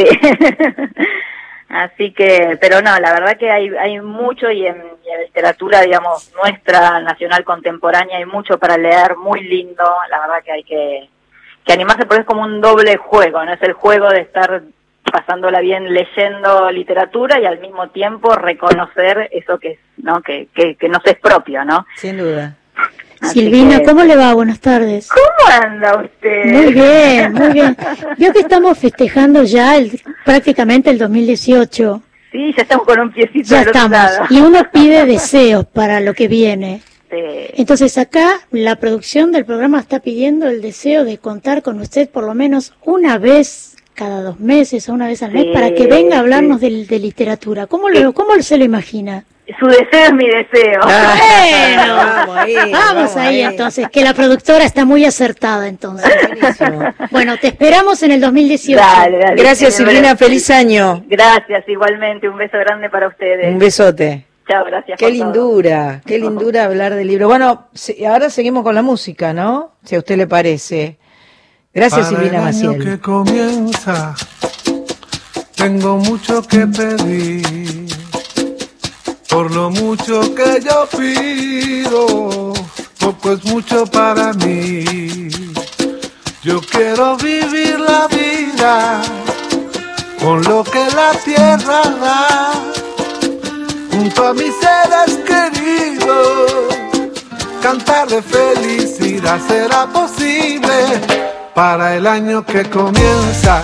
Así que, pero no, la verdad que hay hay mucho y en, y en literatura, digamos, nuestra nacional contemporánea hay mucho para leer, muy lindo, la verdad que hay que, que animarse porque es como un doble juego, no es el juego de estar pasándola bien leyendo literatura y al mismo tiempo reconocer eso que es, ¿no? Que, que, que nos es propio, ¿no? Sin duda. Así Silvina, que- ¿cómo le va? Buenas tardes. ¿Cómo anda usted? Muy bien, muy bien. Vio que estamos festejando ya el, prácticamente el dos mil dieciocho. Sí, ya estamos con un piecito Ya del otro estamos. lado. Y uno pide deseos para lo que viene. Sí. Entonces acá la producción del programa está pidiendo el deseo de contar con usted por lo menos una vez cada dos meses o una vez al mes Sí, para que venga a hablarnos sí. de, de literatura. ¿Cómo, lo, ¿Cómo se lo imagina? Su deseo es mi deseo. Bueno, Vamos ahí, vamos vamos ahí ahí. entonces, que la productora está muy acertada entonces. Buenísimo. Bueno, te esperamos en el dos mil dieciocho. Dale, dale. Gracias, Sí, Silvina, sí. feliz año. Gracias, igualmente. Un beso grande para ustedes. Un besote. Chao, gracias. Qué por todo. lindura, qué lindura hablar del libro. Bueno, se- ahora seguimos con la música, ¿no? Si a usted le parece. Gracias, Para Silvina el año Maciel. que comienza, tengo mucho que pedir. Por lo mucho que yo pido, poco es mucho para mí. Yo quiero vivir la vida con lo que la tierra da, junto a mis seres queridos. Cantar de felicidad será posible para el año que comienza.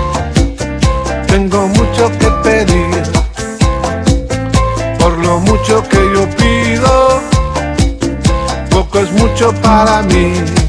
Tengo mucho que pedir, por lo mucho que yo pido, poco es mucho para mí.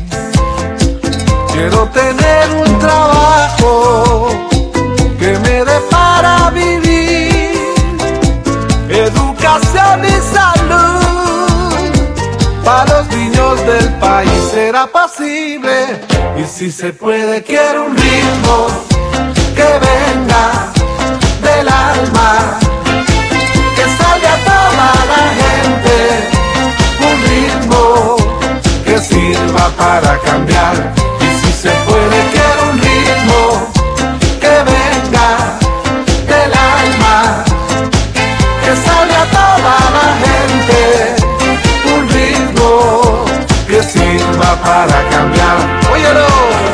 Quiero tener un trabajo que me dé para vivir, educación y salud para los niños del país será posible. Y si se puede, quiero un ritmo que venga del alma, que salga toda la gente, un ritmo que sirva para cambiar. Y si se puede, quiero un ritmo que venga del alma, que salga toda la gente, un ritmo que sirva para cambiar. Óyelo.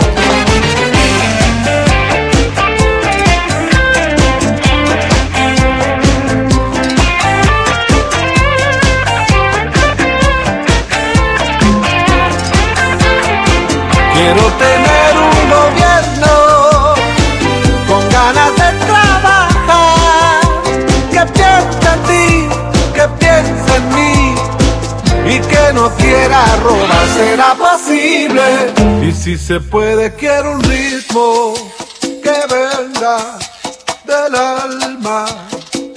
Quiero tener un gobierno con ganas de trabajar, que piense en ti, que piense en mí y que no quiera robar. Será posible. Y si se puede, quiero un ritmo que venga del alma,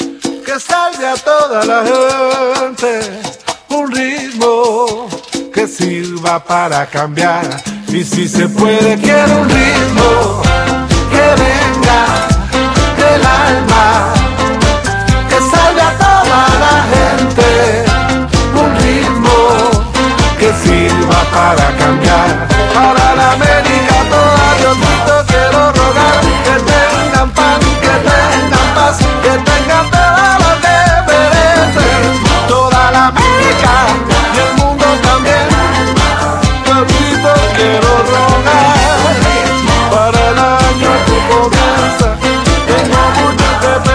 que salve a toda la gente, un ritmo que sirva para cambiar. Y si se puede, quiero un ritmo que venga del alma, que salve a toda la gente, un ritmo que sirva para cambiar. Para la América toda, Diosito, quiero rogar que tengan pan, que tengan paz, que tengan todo lo que merecen. Toda la América y el mundo también, Diosito, quiero rogar. Para el año que comienza, tengo mucho que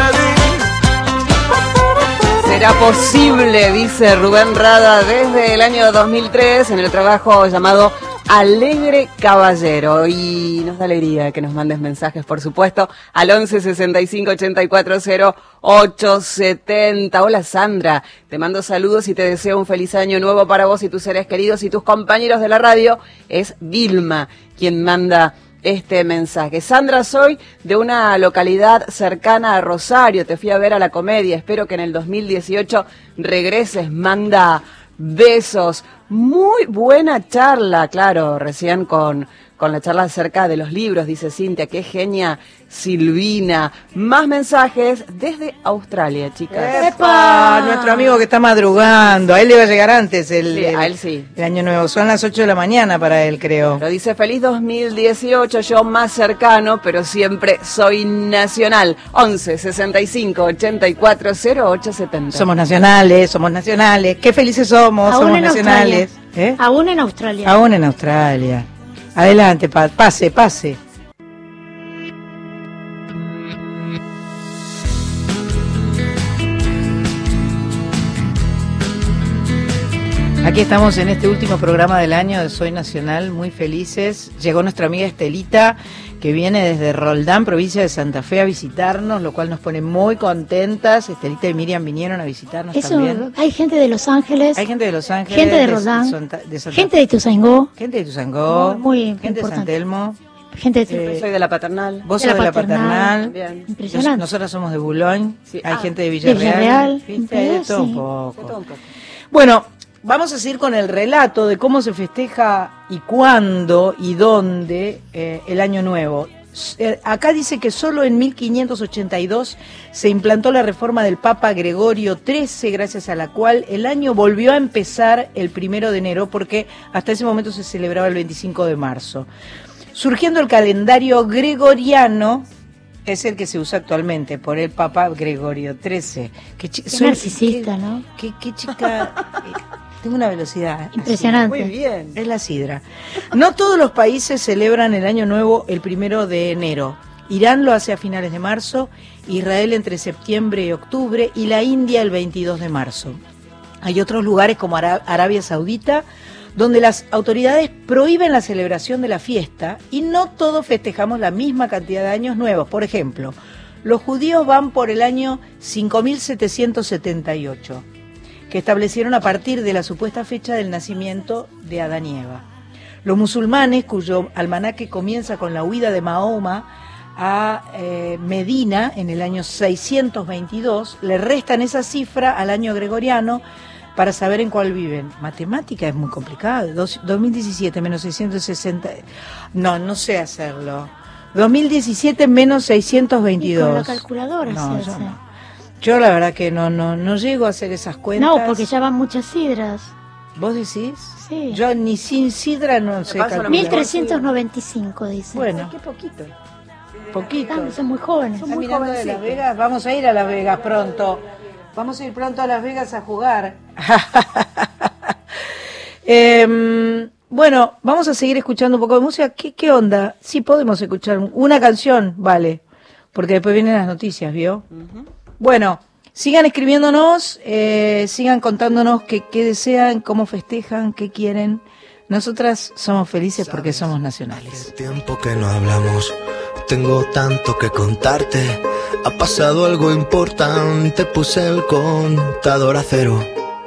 pedir. Será posible, dice Rubén Rada, desde el año dos mil tres en el trabajo llamado Alegre Caballero. Y nos da alegría que nos mandes mensajes, por supuesto, al once sesenta y cinco ochenta y cuatro cero ocho setenta. Hola Sandra, te mando saludos y te deseo un feliz año nuevo para vos y tus seres queridos y tus compañeros de la radio. Es Vilma quien manda este mensaje. Sandra, soy de una localidad cercana a Rosario, te fui a ver a la Comedia, espero que en el dos mil dieciocho regreses, manda besos. Muy buena charla, claro, recién con, con la charla acerca de los libros, dice Cintia, qué genia Silvina. Más mensajes desde Australia, chicas. ¡Epa! Nuestro amigo que está madrugando, a él le va a llegar antes el, Sí, el, a él sí. el año nuevo, son las ocho de la mañana para él, creo. Lo dice feliz dos mil dieciocho, yo más cercano, pero siempre soy nacional. once sesenta y cinco ochenta y cuatro cero ocho setenta. Somos nacionales, somos nacionales, qué felices somos, Aún somos en nacionales. ¿Eh? Aún en Australia. Aún en Australia. Adelante, pa pase, pase. Aquí estamos en este último programa del año de Soy Nacional, muy felices. Llegó nuestra amiga Estelita, que viene desde Roldán, provincia de Santa Fe, a visitarnos, lo cual nos pone muy contentas. Estelita y Miriam vinieron a visitarnos Eso, también. hay gente de Los Ángeles. Hay gente de Los Ángeles. Gente de Roldán. Santa- de Santa- Gente de Ituzaingó. Gente de Tuzangó. Muy gente de San importante. Telmo. Gente de Eh, Soy de la Paternal. Vos de sos la de la Paternal. Paternal. Bien. Impresionante. Nos- nosotras somos de Boulogne. Sí. Hay Ah, gente de de Villarreal. Villarreal. ¿Viste? Hay de todo un Sí. poco. De todo un poco. Bueno, vamos a seguir con el relato de cómo se festeja y cuándo y dónde eh, el Año Nuevo. Eh, acá dice que solo en mil quinientos ochenta y dos se implantó la reforma del Papa Gregorio trece, gracias a la cual el año volvió a empezar el primero de enero, porque hasta ese momento se celebraba el veinticinco de marzo. Surgiendo el calendario gregoriano, es el que se usa actualmente por el Papa Gregorio trece. Qué, chi- Qué soy- narcisista, qué- ¿no? Qué, qué chica. eh, tengo una velocidad. así. Impresionante. Muy bien. Es la sidra. No todos los países celebran el Año Nuevo el primero de enero. Irán lo hace a finales de marzo, Israel entre septiembre y octubre y la India el veintidós de marzo. Hay otros lugares como Ara- Arabia Saudita donde las autoridades prohíben la celebración de la fiesta y no todos festejamos la misma cantidad de años nuevos. Por ejemplo, los judíos van por el año cinco mil setecientos setenta y ocho, que establecieron a partir de la supuesta fecha del nacimiento de Adán y Eva. Los musulmanes, cuyo almanaque comienza con la huida de Mahoma a eh, Medina en el año seiscientos veintidós, le restan esa cifra al año gregoriano para saber en cuál viven. Matemática es muy complicado. Dos, dos mil diecisiete menos seiscientos sesenta. No, no sé hacerlo. dos mil diecisiete menos seiscientos veintidós. Y con la calculadora No, se yo hace. no. Yo la verdad que no, no, no llego a hacer esas cuentas. No, porque ya van muchas sidras. ¿Vos decís? Sí. Yo ni sin sidra no sé pasa lo calcular. mismo. mil trescientos noventa y cinco, dice. Bueno, Qué poquito. poquito. Ah, son muy jóvenes. ¿Están mirando de Las Vegas? Vamos a ir a Las Vegas pronto. Vamos a ir pronto a Las Vegas a jugar. Em, bueno, vamos a seguir escuchando un poco de música. ¿Qué, qué onda? Sí, podemos escuchar una canción, vale. Porque después vienen las noticias, ¿vio? Bueno, sigan escribiéndonos, eh, sigan contándonos qué, qué desean, cómo festejan, qué quieren. Nosotras somos felices porque somos nacionales. Hace tiempo que no hablamos, tengo tanto que contarte. Ha pasado algo importante, puse el contador a cero.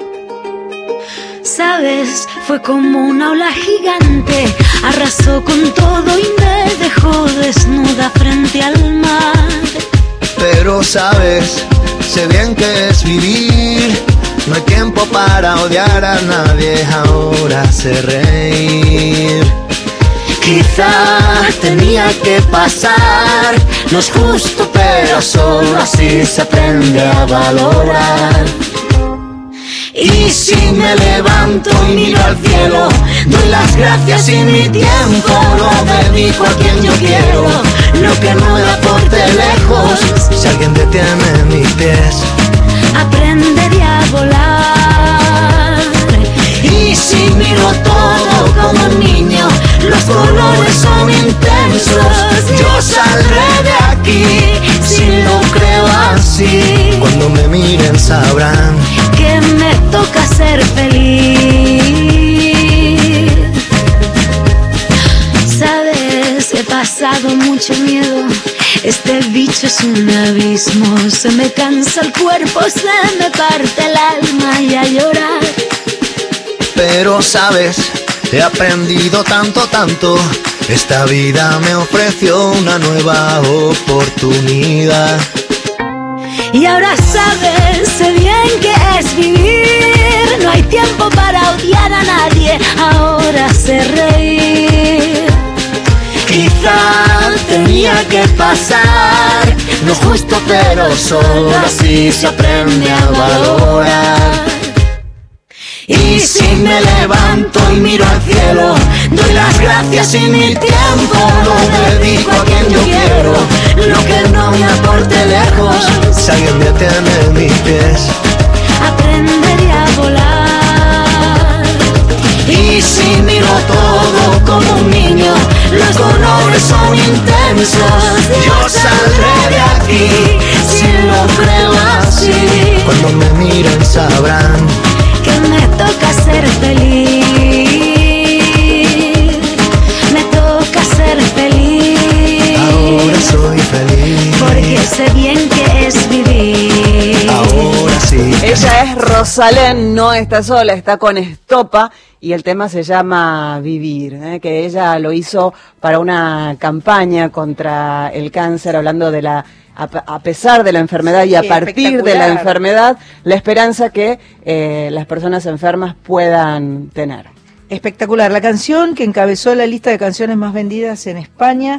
Sabes, fue como una ola gigante, arrasó con todo y me dejó desnuda frente al mar. Pero sabes, sé bien que es vivir. No hay tiempo para odiar a nadie, ahora sé reír. Quizá tenía que pasar, no es justo pero solo así se aprende a valorar. Y si me levanto y miro al cielo, doy las gracias y mi tiempo lo dedico a quien yo quiero. Lo que no me aporte lejos, si alguien detiene mis pies, aprenderé a volar. Y si miro todo como un niño, los colores son intensos, yo saldré de aquí si lo creo así. Cuando me miren sabrán que me toca ser feliz. Sabes, he pasado mucho miedo, este bicho es un abismo. Se me cansa el cuerpo, se me parte el alma y a llorar. Pero sabes, he aprendido tanto, tanto. Esta vida me ofreció una nueva oportunidad. Y ahora sabes, sé bien que es vivir. No hay tiempo para odiar a nadie, ahora sé reír. Quizá tenía que pasar, no es justo pero solo así se aprende a valorar. Y si me levanto y miro al cielo, doy las gracias y mi tiempo lo dedico a quien yo quiero. Lo que no me aporte lejos, si alguien detiene mis pies, aprenderé a volar. Y si miro todo como un niño, los colores son intensos, yo saldré de aquí si lo creo así. Cuando me miren sabrán que me toca ser feliz, me toca ser feliz. Ahora soy feliz, porque sé bien que es vivir. Ahora sí. Ella es Rosalén, no está sola, está con Estopa y el tema se llama Vivir, ¿eh? Que ella lo hizo para una campaña contra el cáncer, hablando de la a pesar de la enfermedad y a sí, partir de la enfermedad, la esperanza que eh, las personas enfermas puedan tener. Espectacular. La canción que encabezó la lista de canciones más vendidas en España,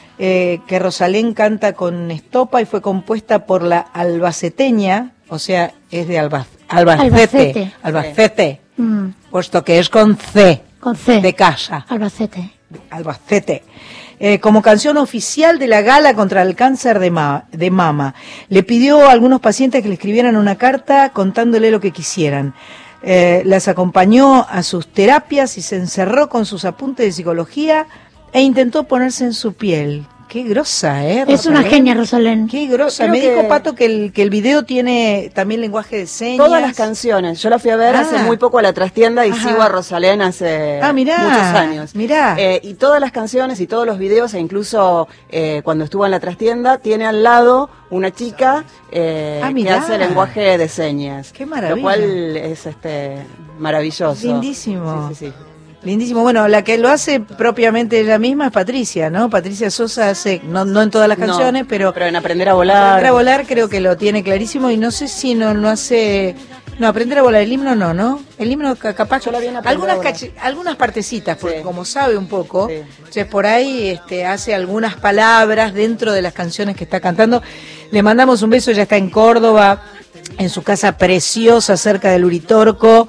eh, que Rosalén canta con Estopa y fue compuesta por la albaceteña, o sea, es de Alba, Albacete, Albacete, Albacete, Mm, puesto que es con C, con C. de casa. Albacete. Albacete. Eh, como canción oficial de la gala contra el cáncer de, ma de mama. Le pidió a algunos pacientes que le escribieran una carta contándole lo que quisieran. Eh, las acompañó a sus terapias y se encerró con sus apuntes de psicología e intentó ponerse en su piel. Qué grosa, ¿eh? Es una genia, Rosalén. Qué grosa. Creo Me que- dijo Pato que el, que el video tiene también lenguaje de señas. Todas las canciones, yo la fui a ver Ah. hace muy poco a la trastienda y Ajá. sigo a Rosalén hace Ah, mirá, muchos años. mirá. Eh, y todas las canciones y todos los videos, e incluso eh, cuando estuvo en la trastienda, tiene al lado una chica eh, Ah, que mirá. hace lenguaje de señas. Qué maravilla. Lo cual es este maravilloso. Lindísimo. Sí, sí, sí. Lindísimo. Bueno, la que lo hace propiamente ella misma es Patricia, ¿no? Patricia Sosa hace, no, no en todas las No, canciones, pero, pero en Aprender a Volar. Aprender a volar creo que lo tiene clarísimo y no sé si no, no hace... No, aprender a volar, el himno no, ¿no? El himno ca- capaz... Yo la vi en Aprender algunas, a Volar. cachi- algunas partecitas, porque Sí. como sabe un poco, Sí. entonces por ahí este, hace algunas palabras dentro de las canciones que está cantando. Le mandamos un beso, ya está en Córdoba, en su casa preciosa cerca del Uritorco.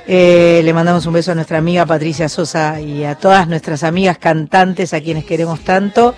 Eh, le mandamos un beso a nuestra amiga Patricia Sosa y a todas nuestras amigas cantantes a quienes queremos tanto.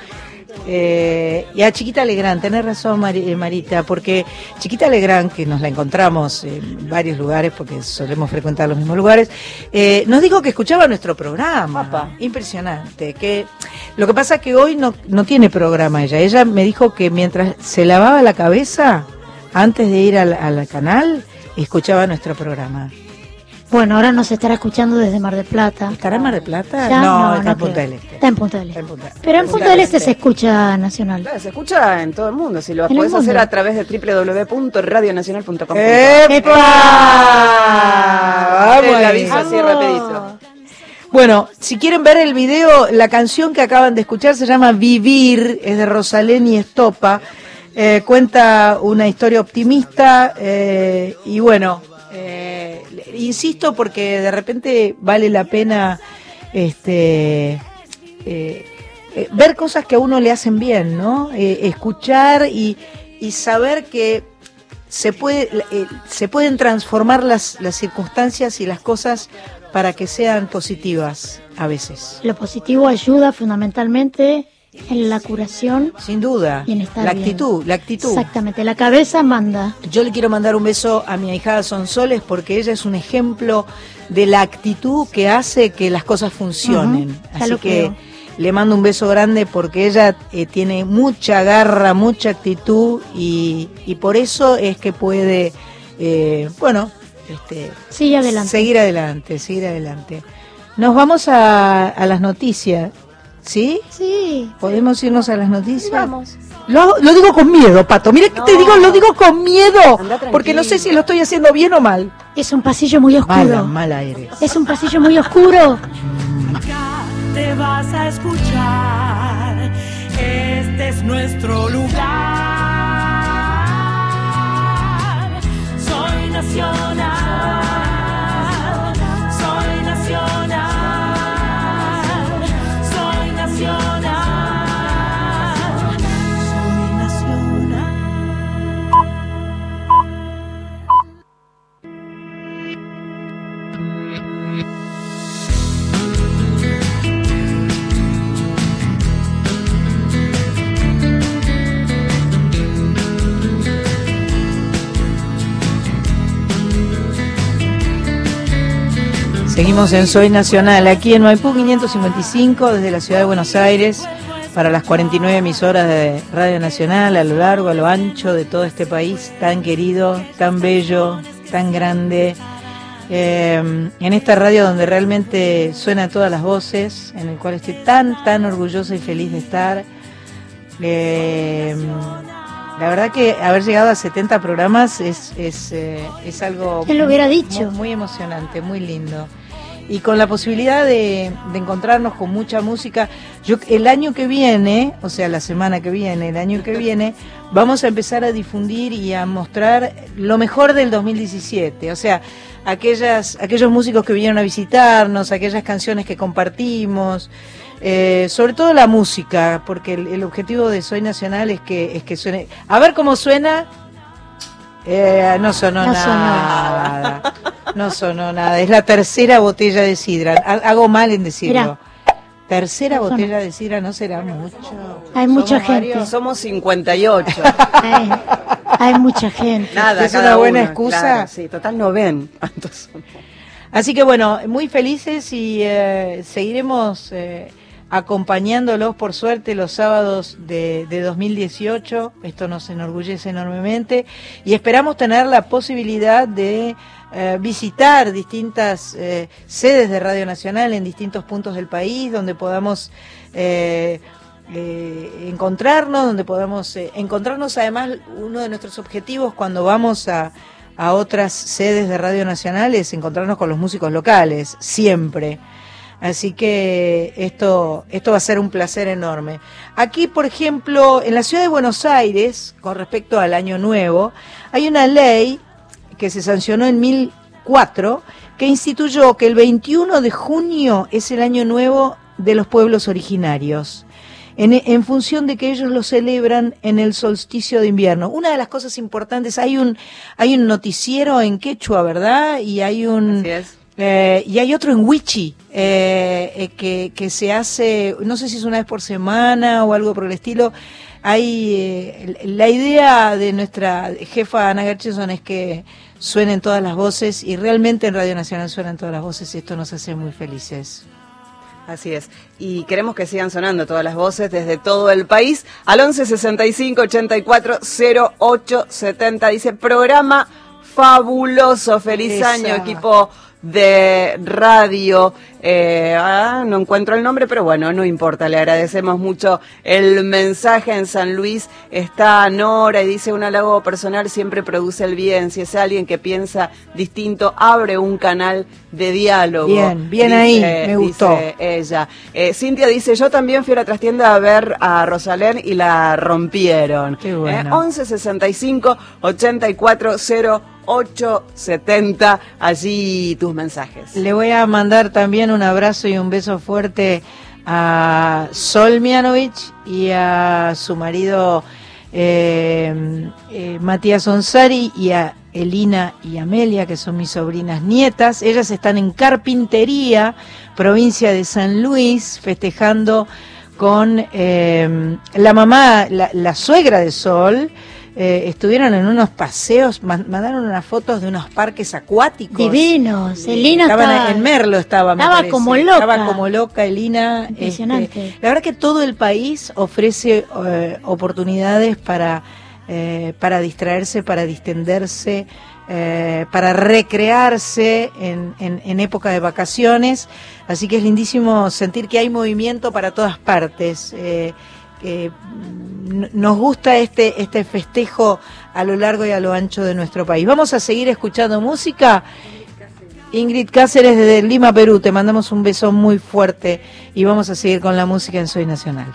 Eh, y a Chiquita Legrand, tenés razón Mari- eh, Marita, porque Chiquita Legrand, que nos la encontramos en varios lugares, porque solemos frecuentar los mismos lugares, eh, nos dijo que escuchaba nuestro programa. Apa. Impresionante. Que lo que pasa es que hoy no, no tiene programa ella. Ella me dijo que mientras se lavaba la cabeza, antes de ir al, al canal, escuchaba nuestro programa. Bueno, ahora nos estará escuchando desde Mar del Plata. ¿Estará en Mar del Plata? Ya, no, está no en Punta creo. del Este. Está en Punta del Este. Está en Punta- Pero en Punta Punta del del Este Este. se escucha nacional. Claro, se escucha en todo el mundo, si lo En el podés hacer mundo. a través de doble u doble u doble u punto radio nacional punto com. ¡Epa! Vamos El ahí. aviso así rapidito. Bueno, si quieren ver el video, la canción que acaban de escuchar se llama Vivir, es de Rosalén y Estopa. Eh, cuenta una historia optimista eh, y bueno, eh, insisto porque de repente vale la pena este eh, eh, ver cosas que a uno le hacen bien, ¿no? Eh, escuchar y, y saber que se puede eh, se pueden transformar las, las circunstancias y las cosas para que sean positivas a veces. Lo positivo ayuda fundamentalmente en la curación. Sin duda. Y en estar la bien. actitud, la actitud. Exactamente, la cabeza manda. Yo le quiero mandar un beso a mi ahijada Sonsoles porque ella es un ejemplo de la actitud que hace que las cosas funcionen. Uh-huh. Ya Así lo que creo. le mando un beso grande porque ella eh, tiene mucha garra, mucha actitud y, y por eso es que puede, eh, bueno, este, Sigue adelante. seguir adelante, seguir adelante. Nos vamos a, a las noticias. ¿Sí? Sí. ¿Podemos irnos a las noticias? Vamos. Lo, lo digo con miedo, Pato. Mira que No. te digo, lo digo con miedo. Anda tranquilo. Porque no sé si lo estoy haciendo bien o mal. Es un pasillo muy oscuro. Mala, mala eres. Es un pasillo muy oscuro. Te vas a escuchar, este es nuestro lugar. Soy nacional, soy nacional, soy nacional, soy nacional. Seguimos en Soy Nacional, aquí en Maipú quinientos cincuenta y cinco, desde la ciudad de Buenos Aires, para las cuarenta y nueve emisoras de Radio Nacional, a lo largo, a lo ancho de todo este país tan querido, tan bello, tan grande. Eh, en esta radio donde realmente suenan todas las voces, en el cual estoy tan, tan orgullosa y feliz de estar. Eh, la verdad que haber llegado a setenta programas es, es, eh, es algo ¿Quién lo hubiera dicho? Muy, muy emocionante, muy lindo. Y con la posibilidad de, de encontrarnos con mucha música. Yo el año que viene, o sea, la semana que viene, el año que viene, vamos a empezar a difundir y a mostrar lo mejor del dos mil diecisiete. O sea, aquellas, aquellos músicos que vinieron a visitarnos, aquellas canciones que compartimos, eh, sobre todo la música, porque el, el objetivo de Soy Nacional es que, es que suene. A ver cómo suena. Eh, no sonó No nada. No sonó nada. Es la tercera botella de sidra. Ha- Hago mal en decirlo. Mirá. Tercera No botella de sidra no será mucho. Hay mucha Somos gente. varios. Somos cincuenta y ocho. Hay, hay mucha gente. Nada, Es cada una buena uno, excusa. claro, sí, total no ven cuántos somos. Así que bueno, muy felices y eh, seguiremos eh, acompañándolos por suerte los sábados de, de dos mil dieciocho. Esto nos enorgullece enormemente y esperamos tener la posibilidad de eh, visitar distintas eh, sedes de Radio Nacional en distintos puntos del país donde podamos eh, eh, encontrarnos, donde podamos eh, encontrarnos. Además, uno de nuestros objetivos cuando vamos a a otras sedes de Radio Nacional es encontrarnos con los músicos locales, siempre. Así que esto, esto va a ser un placer enorme. Aquí, por ejemplo, en la ciudad de Buenos Aires, con respecto al Año Nuevo, hay una ley que se sancionó en mil cuatro que instituyó que el veintiuno de junio es el Año Nuevo de los pueblos originarios. En, en función de que ellos lo celebran en el solsticio de invierno. Una de las cosas importantes, hay un hay un noticiero en quechua, ¿verdad? Y hay un Así es. eh, y hay otro en wichi eh, eh, que que se hace, no sé si es una vez por semana o algo por el estilo. Hay eh, la idea de nuestra jefa Ana Gercheson es que suenen todas las voces y realmente en Radio Nacional suenan todas las voces y esto nos hace muy felices. Así es. Y queremos que sigan sonando todas las voces desde todo el país. Al once sesenta y cinco ochenta y cuatro cero ocho setenta. Dice, programa fabuloso. Feliz Esa. año, equipo de radio. Eh, ah, no encuentro el nombre, pero bueno, no importa, le agradecemos mucho el mensaje. En San Luis está Nora y dice: un halago personal siempre produce el bien. Si es alguien que piensa distinto, abre un canal de diálogo. Bien, bien dice, ahí, me gustó. Dice ella. Eh, Cintia dice: yo también fui a la trastienda a ver a Rosalén y la rompieron. Qué bueno. Eh, once sesenta y cinco ochenta y cuatro cero ocho setenta, allí tus mensajes. Le voy a mandar también un abrazo y un beso fuerte a Sol Mianovich y a su marido eh, eh, Matías Onsari y a Elina y Amelia, que son mis sobrinas nietas. Ellas están en Carpintería, provincia de San Luis, festejando con eh, la mamá, la, la suegra de Sol. Eh, estuvieron en unos paseos, mandaron unas fotos de unos parques acuáticos. Divinos. Elina Estaban estaba, en Merlo, estaba, me estaba parece. como loca. Estaba como loca, Elina. Impresionante. Este, la verdad que todo el país ofrece eh, oportunidades para, eh, para distraerse, para distenderse, eh, para recrearse en, en, en época de vacaciones. Así que es lindísimo sentir que hay movimiento para todas partes. Eh, Eh, nos gusta este, este festejo a lo largo y a lo ancho de nuestro país. Vamos a seguir escuchando música. Ingrid Cáceres desde Lima, Perú, te mandamos un beso muy fuerte y vamos a seguir con la música en Soy Nacional.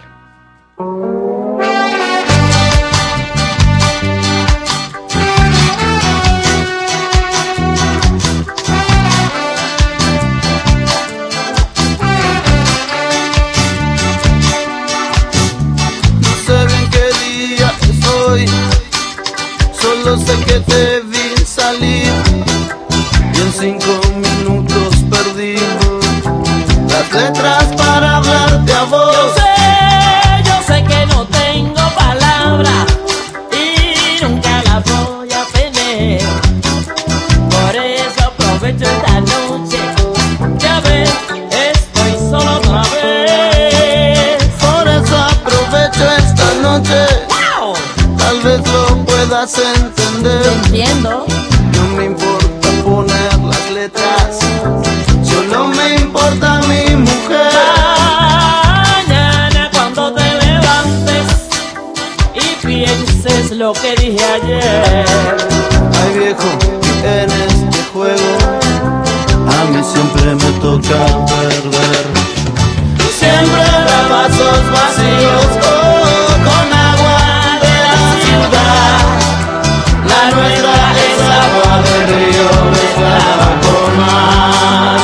Solo sé que te vi salir y en cinco minutos perdí las letras para hablarte a vos. Yo sé, yo sé que no tengo palabras y nunca las voy a tener. Por eso aprovecho esta noche, ya ves, estoy solo otra vez. Por eso aprovecho esta noche. ¡Wow! Tal vez lo puedas entender. Te entiendo. No me importa poner las letras, solo me importa mi mujer. Mañana cuando te levantes y pienses lo que dije ayer. Ay viejo, en este juego a mí siempre me toca perder. Siempre habrá vasos vacíos oh, con agua de la ciudad. La nuestra es agua de río mezclada con mar.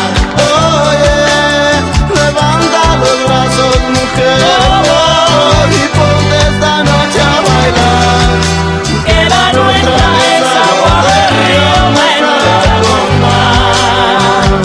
Oye, levanta los brazos, mujer, oh, y ponte esta noche a bailar. Que la nuestra es agua de río mezclada con mar.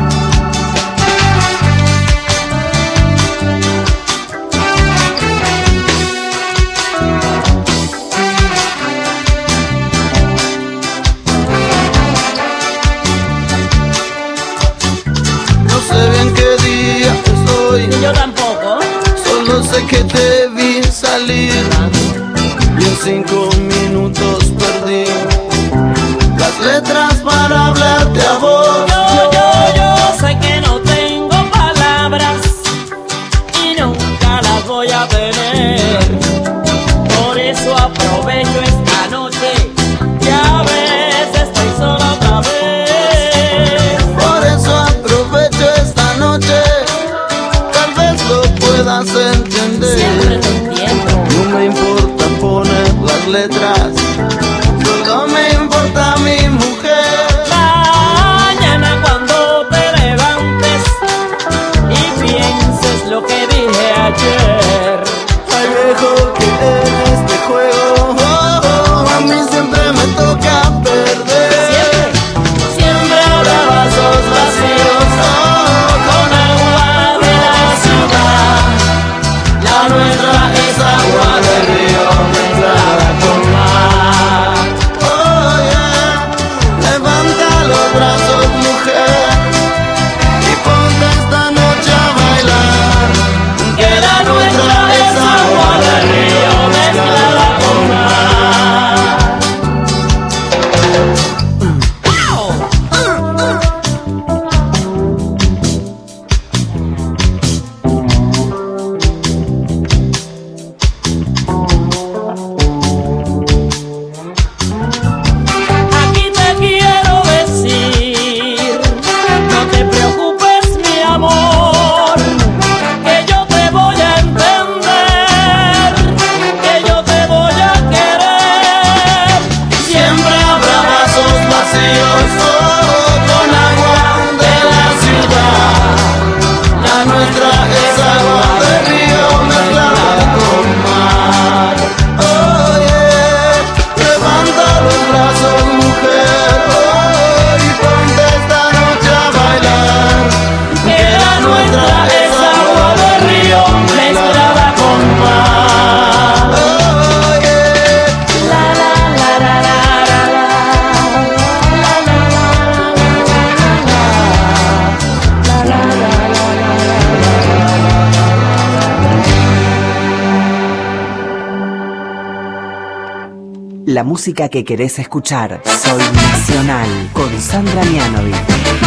No sé bien qué día es hoy, Yo tampoco. solo sé que te vi salir y en cinco minutos perdí las letras para hablarte a vos. Yo, yo, yo sé que no tengo palabras y nunca las voy a tener. Por eso aprovecho esta noche, ya ves, estoy sola otra vez. Por eso aprovecho esta noche, tal vez lo puedas entender. Siempre te entiendo. No me importa poner las letras, solo me importa mi mujer. Mañana cuando te levantes y pienses lo que dije ayer. Ay viejo, que en este juego oh, oh, a mí siempre me toca perder. Siempre, siempre habrá vasos vacíos Oh, con agua de la ciudad. la nuestra es agua de río mezclada con mar. La música que querés escuchar. Soy Nacional con Sandra Mianovich.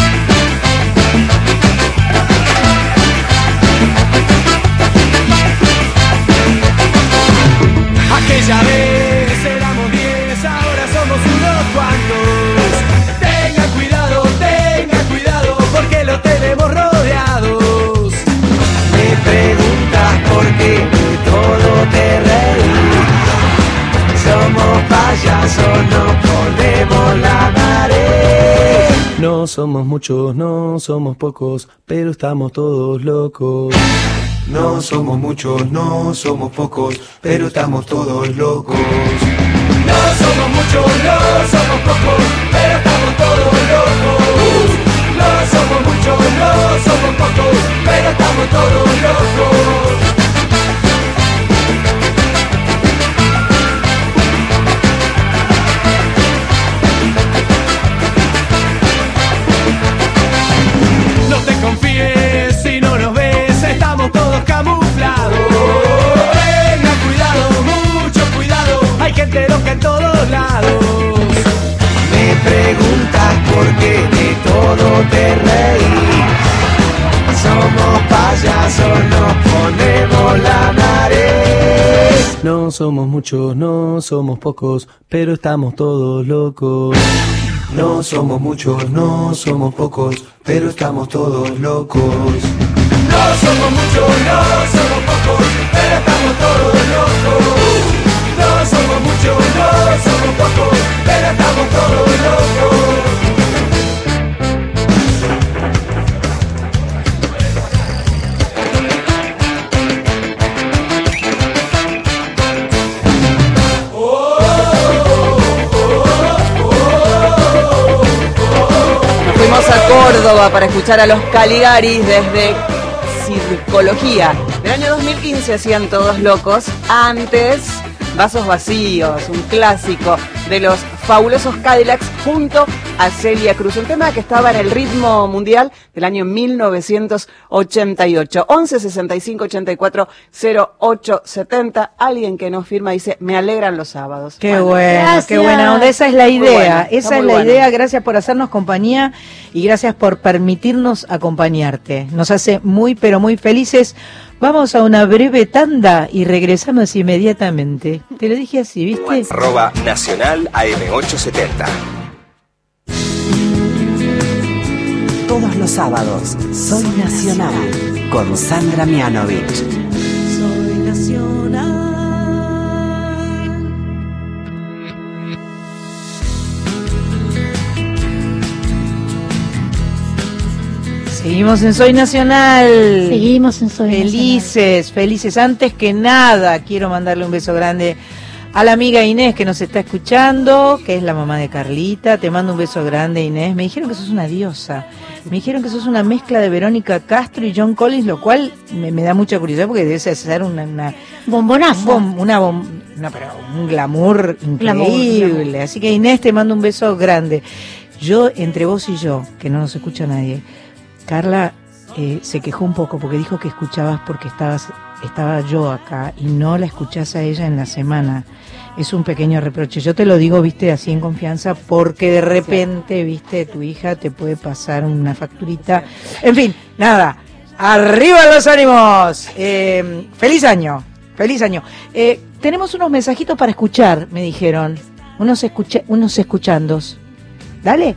Aquella vez éramos diez, ahora somos unos cuantos. Tengan cuidado, tengan cuidado, porque lo tenemos rodeados. Me preguntas por qué de todo te reí. Somos payasos, nos ponemos la nariz. No somos muchos, no somos pocos, pero estamos todos locos. No somos muchos, no somos pocos, pero estamos todos locos. No somos muchos, no somos pocos, pero estamos todos locos. No somos muchos, no somos pocos, pero estamos todos locos. No te confíes si no nos ves, estamos todos camuflados. Tenga cuidado, mucho cuidado, hay gente loca en todos lados. Me preguntas por qué de todo te reí. Somos payasos, nos ponemos la nariz. No somos muchos, no somos pocos, pero estamos todos locos. No somos muchos, no somos pocos, pero estamos todos locos. No somos muchos, no somos pocos, pero estamos todos locos. No somos muchos, no somos pocos, pero estamos todos locos. Fuimos a Córdoba para escuchar a los Caligaris desde Circología. Del año dos mil quince hacían Todos Locos. Antes, Vasos Vacíos, un clásico de los fabulosos Cadillacs junto a Celia Cruz. Un tema que estaba en el ritmo mundial del año mil novecientos ochenta y ocho. once sesenta y cinco ochenta y cuatro cero ocho setenta. Alguien que nos firma dice, me alegran los sábados. Qué bueno, Gracias. qué buena onda. Esa es la Muy idea, bueno, está esa es muy la bueno. idea. Gracias por hacernos compañía y gracias por permitirnos acompañarte. Nos hace muy, pero muy felices. Vamos a una breve tanda y regresamos inmediatamente. Te lo dije así, ¿viste? Arroba Nacional A M ochocientos setenta. Todos los sábados, Soy Nacional con Sandra Mianovich. Soy nacional. Seguimos en Soy Nacional. Seguimos en Soy Felices, felices. Antes que nada, quiero mandarle un beso grande a la amiga Inés que nos está escuchando, que es la mamá de Carlita. Te mando un beso grande, Inés. Me dijeron que sos una diosa. Me dijeron que sos una mezcla de Verónica Castro y John Collins, lo cual me, me da mucha curiosidad porque debe ser una... una bombonazo. Bom, una bom, no, pero un glamour increíble. Glamour, glamour. Así que Inés, te mando un beso grande. Yo, entre vos y yo, que no nos escucha nadie, Carla eh, se quejó un poco porque dijo que escuchabas porque estabas estaba yo acá y no la escuchás a ella en la semana. Es un pequeño reproche. Yo te lo digo, viste, así en confianza, porque de repente, viste, tu hija te puede pasar una facturita. En fin, nada. ¡Arriba los ánimos! Eh, ¡Feliz año! ¡Feliz año! Eh, tenemos unos mensajitos para escuchar, me dijeron. Unos, escucha, unos escuchandos. Dale.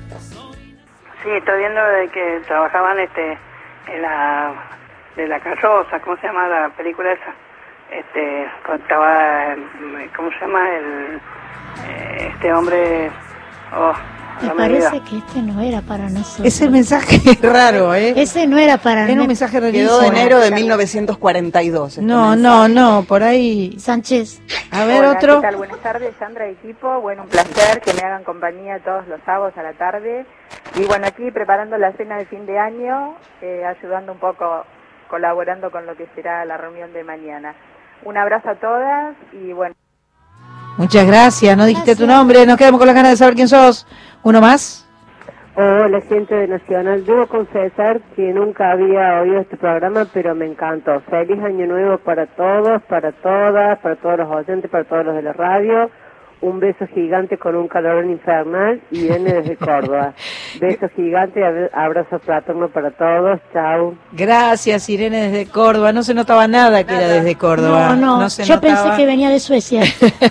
Sí, estoy viendo de que trabajaban este en la de la carroza, ¿cómo se llama la película esa? Este, contaba, ¿cómo se llama el eh, este hombre? Oh, Me no parece olvido. que este no era para nosotros. Ese mensaje es raro, ¿eh? Ese no era para Era un mensaje rarísimo. Quedó de enero de mil novecientos cuarenta y dos. este No, mensaje. no, no, por ahí. Sánchez. A ver, Hola, otro. ¿qué tal? Buenas tardes, Sandra y equipo. Bueno, un placer que me hagan compañía todos los sábados a la tarde. Y bueno, aquí preparando la cena de fin de año, eh, ayudando un poco, colaborando con lo que será la reunión de mañana. Un abrazo a todas y bueno. Muchas gracias, no dijiste tu nombre, nos quedamos con las ganas de saber quién sos. ¿Uno más? Hola, gente de Nacional. Debo confesar que nunca había oído este programa, pero me encantó. Feliz año nuevo para todos, para todas, para todos los oyentes, para todos los de la radio. un beso gigante con un calorón infernal. Irene desde Córdoba. Beso gigante, ab- abrazo fraterno para todos. Chao. Gracias, Irene desde Córdoba. No se notaba nada que era desde Córdoba. No, no, se yo notaba. pensé que venía de Suecia.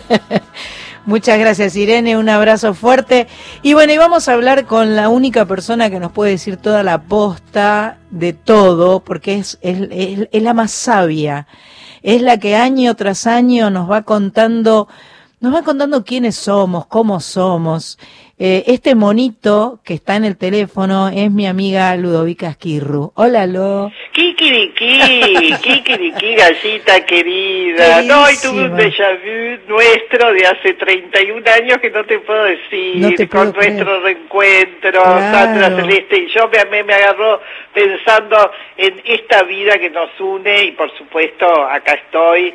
Muchas gracias, Irene, un abrazo fuerte. Y bueno, y vamos a hablar con la única persona que nos puede decir toda la posta de todo, porque es, es, es, es la más sabia, es la que año tras año nos va contando, nos va contando quiénes somos, cómo somos. Eh, este monito que está en el teléfono es mi amiga Ludovica Esquirru. Hola, Lo. Kikiriki, Kikiriki, gallita querida. No, hoy tuve un déjà vu nuestro de hace treinta y un años que no te puedo decir, No te puedo con nuestro creer. reencuentro, Claro. Sandra Celeste y yo, me, me, me agarró pensando en esta vida que nos une y por supuesto acá estoy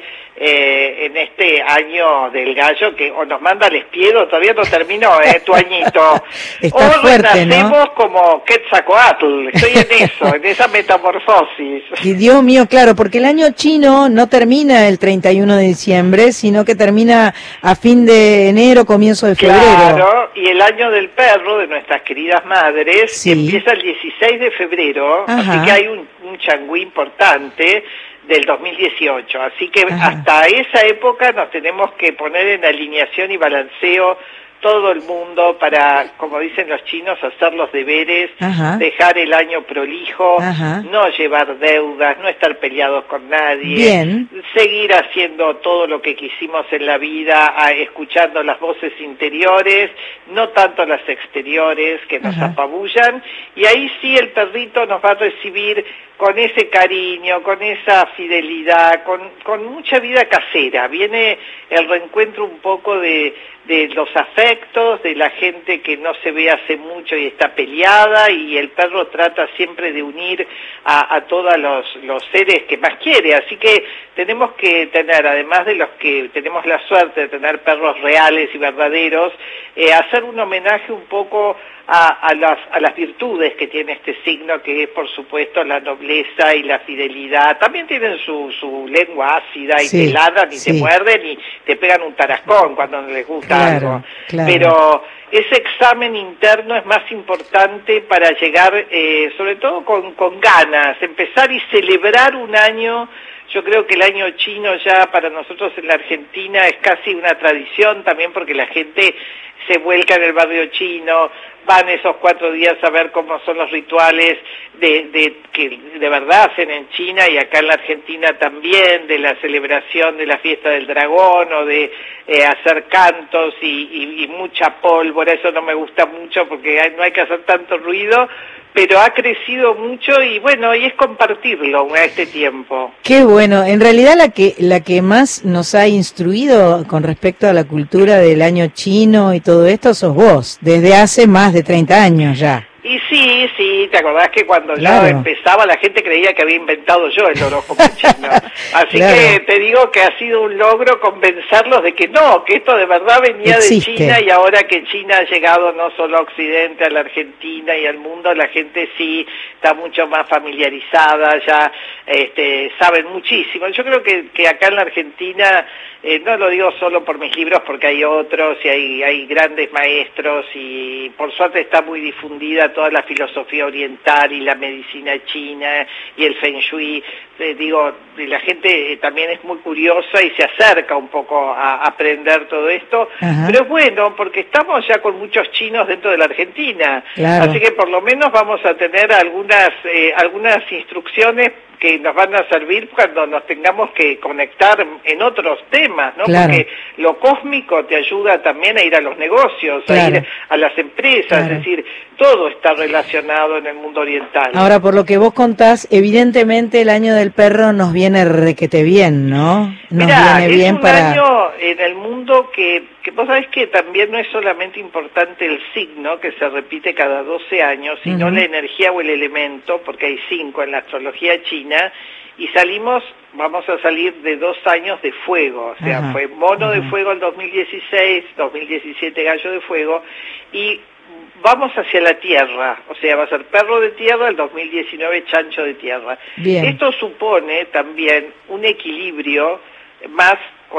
eh, en este año del gallo que o nos manda al espiedo, todavía no terminó eh, tu añito. Está o fuerte, ¿no? renacemos como Quetzalcoatl, estoy en eso, en esa metamorfosis. Y Dios mío, claro, porque el año chino no termina el treinta y uno de diciembre, sino que termina a fin de enero, comienzo de febrero. Claro, y el año del perro de nuestras queridas madres Sí. empieza el dieciséis de febrero, Ajá. así que hay un, un changüí importante del dos mil dieciocho, así que Ajá. hasta esa época nos tenemos que poner en alineación y balanceo todo el mundo para, como dicen los chinos, hacer los deberes, Ajá. dejar el año prolijo, Ajá. no llevar deudas, no estar peleados con nadie, Bien. seguir haciendo todo lo que quisimos en la vida, a- escuchando las voces interiores, no tanto las exteriores que nos Ajá. apabullan, y ahí sí el perrito nos va a recibir con ese cariño, con esa fidelidad, con, con mucha vida casera. Viene el reencuentro un poco de, de los afectos, de la gente que no se ve hace mucho y está peleada, y el perro trata siempre de unir a, a todos los, los seres que más quiere. Así que tenemos que tener, además de los que tenemos la suerte de tener perros reales y verdaderos, eh, hacer un homenaje un poco a, a, las, a las virtudes que tiene este signo, que es por supuesto la nobleza y la fidelidad. También tienen su, su lengua ácida y Sí, te ladran y sí. te muerden y te pegan un tarascón cuando no les gusta Claro, algo. claro. Pero ese examen interno es más importante para llegar, eh, sobre todo con, con ganas, empezar y celebrar un año. Yo creo que el año chino ya para nosotros en la Argentina es casi una tradición también, porque la gente se vuelca en el barrio chino, van esos cuatro días a ver cómo son los rituales de, de que de verdad hacen en China y acá en la Argentina también, de la celebración de la fiesta del dragón o de eh, hacer cantos y, y, y mucha pólvora. Eso no me gusta mucho porque hay, no hay que hacer tanto ruido, pero ha crecido mucho y bueno, y es compartirlo a este tiempo. Qué bueno, en realidad la que la que más nos ha instruido con respecto a la cultura del año chino y todo esto sos vos, desde hace más de treinta años ya. Y sí, sí, ¿te acordás que cuando Claro. yo empezaba la gente creía que había inventado yo el horóscopo chino? Así Claro. que te digo que ha sido un logro convencerlos de que no, que esto de verdad venía Existe. de China, y ahora que China ha llegado no solo a Occidente, a la Argentina y al mundo, la gente sí está mucho más familiarizada, ya este, saben muchísimo. Yo creo que, que acá en la Argentina, eh, no lo digo solo por mis libros, porque hay otros y hay, hay grandes maestros, y por suerte está muy difundida toda la filosofía oriental y la medicina china y el feng shui. Eh, digo, la gente eh, también es muy curiosa y se acerca un poco a aprender todo esto, Ajá. pero es bueno porque estamos ya con muchos chinos dentro de la Argentina, Claro. así que por lo menos vamos a tener algunas eh, algunas instrucciones que nos van a servir cuando nos tengamos que conectar en otros temas, ¿no? Claro. Porque lo cósmico te ayuda también a ir a los negocios, a Claro. ir a las empresas, Claro. es decir, todo está relacionado en el mundo oriental. Ahora, por lo que vos contás, evidentemente el año del perro nos viene requete bien, ¿no? Nos Mirá, viene es bien un para... año en el mundo que, que vos sabés que también no es solamente importante el signo, que se repite cada doce años, sino Ujú. la energía o el elemento, porque hay cinco en la astrología china, y salimos, vamos a salir de dos años de fuego, o sea, Ajá, fue mono de ajá. fuego el dos mil dieciséis, dos mil diecisiete gallo de fuego, y vamos hacia la tierra, o sea, va a ser perro de tierra, el dos mil diecinueve chancho de tierra. Bien. Esto supone también un equilibrio más con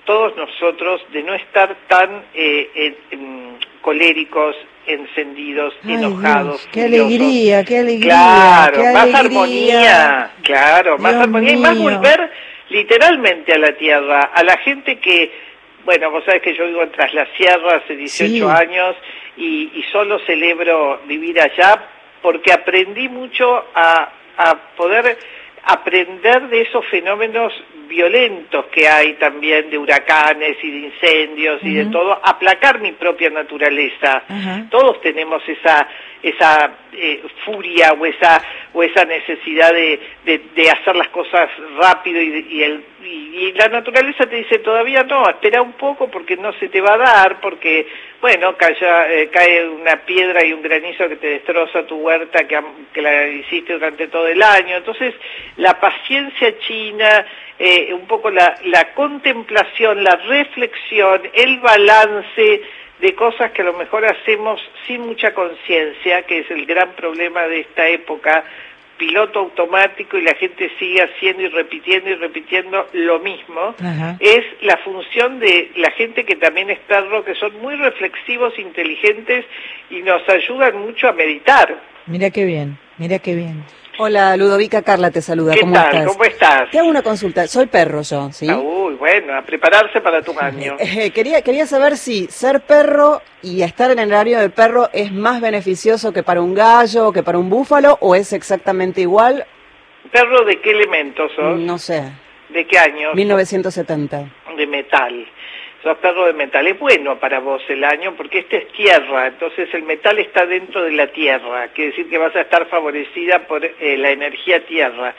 todos nosotros de no estar tan eh, eh, em, coléricos, encendidos, Ay, enojados. Dios, qué furiosos. alegría, qué alegría. Claro, qué más alegría. armonía, claro, más Dios armonía y más mío. volver literalmente a la tierra, a la gente que, bueno, vos sabés que yo vivo en Tras la Sierra hace dieciocho Sí. años y, y solo celebro vivir allá porque aprendí mucho a, a poder aprender de esos fenómenos violentos que hay también de huracanes y de incendios y de Ujú. todo, aplacar mi propia naturaleza. Ajá. Todos tenemos esa esa eh, furia o esa o esa necesidad de, de, de hacer las cosas rápido y, y el y, y la naturaleza te dice todavía no, espera un poco porque no se te va a dar, porque bueno, calla, eh, cae una piedra y un granizo que te destroza tu huerta que, am- que la hiciste durante todo el año. Entonces la paciencia china, eh, un poco la, la contemplación, la reflexión, el balance de cosas que a lo mejor hacemos sin mucha conciencia, que es el gran problema de esta época, piloto automático y la gente sigue haciendo y repitiendo y repitiendo lo mismo, Ajá. es la función de la gente que también es perro, que son muy reflexivos, inteligentes y nos ayudan mucho a meditar. Mira qué bien, mira qué bien. Hola, Ludovica, Carla te saluda. ¿Qué ¿Cómo tal? estás? ¿Cómo estás? Te hago una consulta. Soy perro yo, ¿sí? Ah, uy, bueno, a prepararse para tu año. Eh, quería, quería saber si ser perro y estar en el horario de perro es más beneficioso que para un gallo, que para un búfalo, o es exactamente igual. ¿Perro de qué elementos sos? No sé. ¿De qué año? mil novecientos setenta. De metal. Sos perro de metal. Es bueno para vos el año porque este es tierra, entonces el metal está dentro de la tierra, quiere decir que vas a estar favorecida por eh, la energía tierra.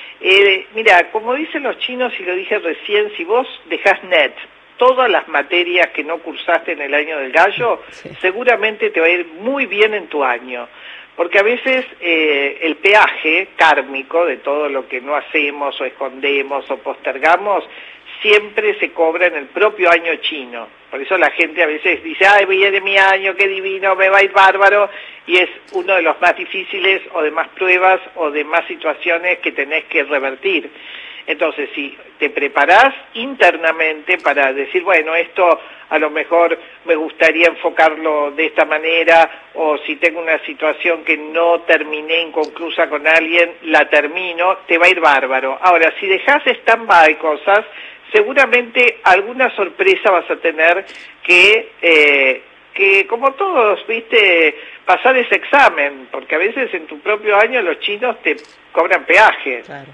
Eh, mira, como dicen los chinos, y lo dije recién, si vos dejás net todas las materias que no cursaste en el año del gallo, sí, seguramente te va a ir muy bien en tu año. Porque a veces eh, el peaje kármico de todo lo que no hacemos o escondemos o postergamos siempre se cobra en el propio año chino. Por eso la gente a veces dice, ay, viene mi año, qué divino, me va a ir bárbaro, y es uno de los más difíciles o de más pruebas o de más situaciones que tenés que revertir. Entonces, si te preparás internamente para decir, bueno, esto a lo mejor me gustaría enfocarlo de esta manera, o si tengo una situación que no terminé inconclusa con alguien, la termino, te va a ir bárbaro. Ahora, si dejás stand-by cosas, seguramente alguna sorpresa vas a tener que, eh, que como todos, viste, pasar ese examen, porque a veces en tu propio año los chinos te cobran peaje. Claro.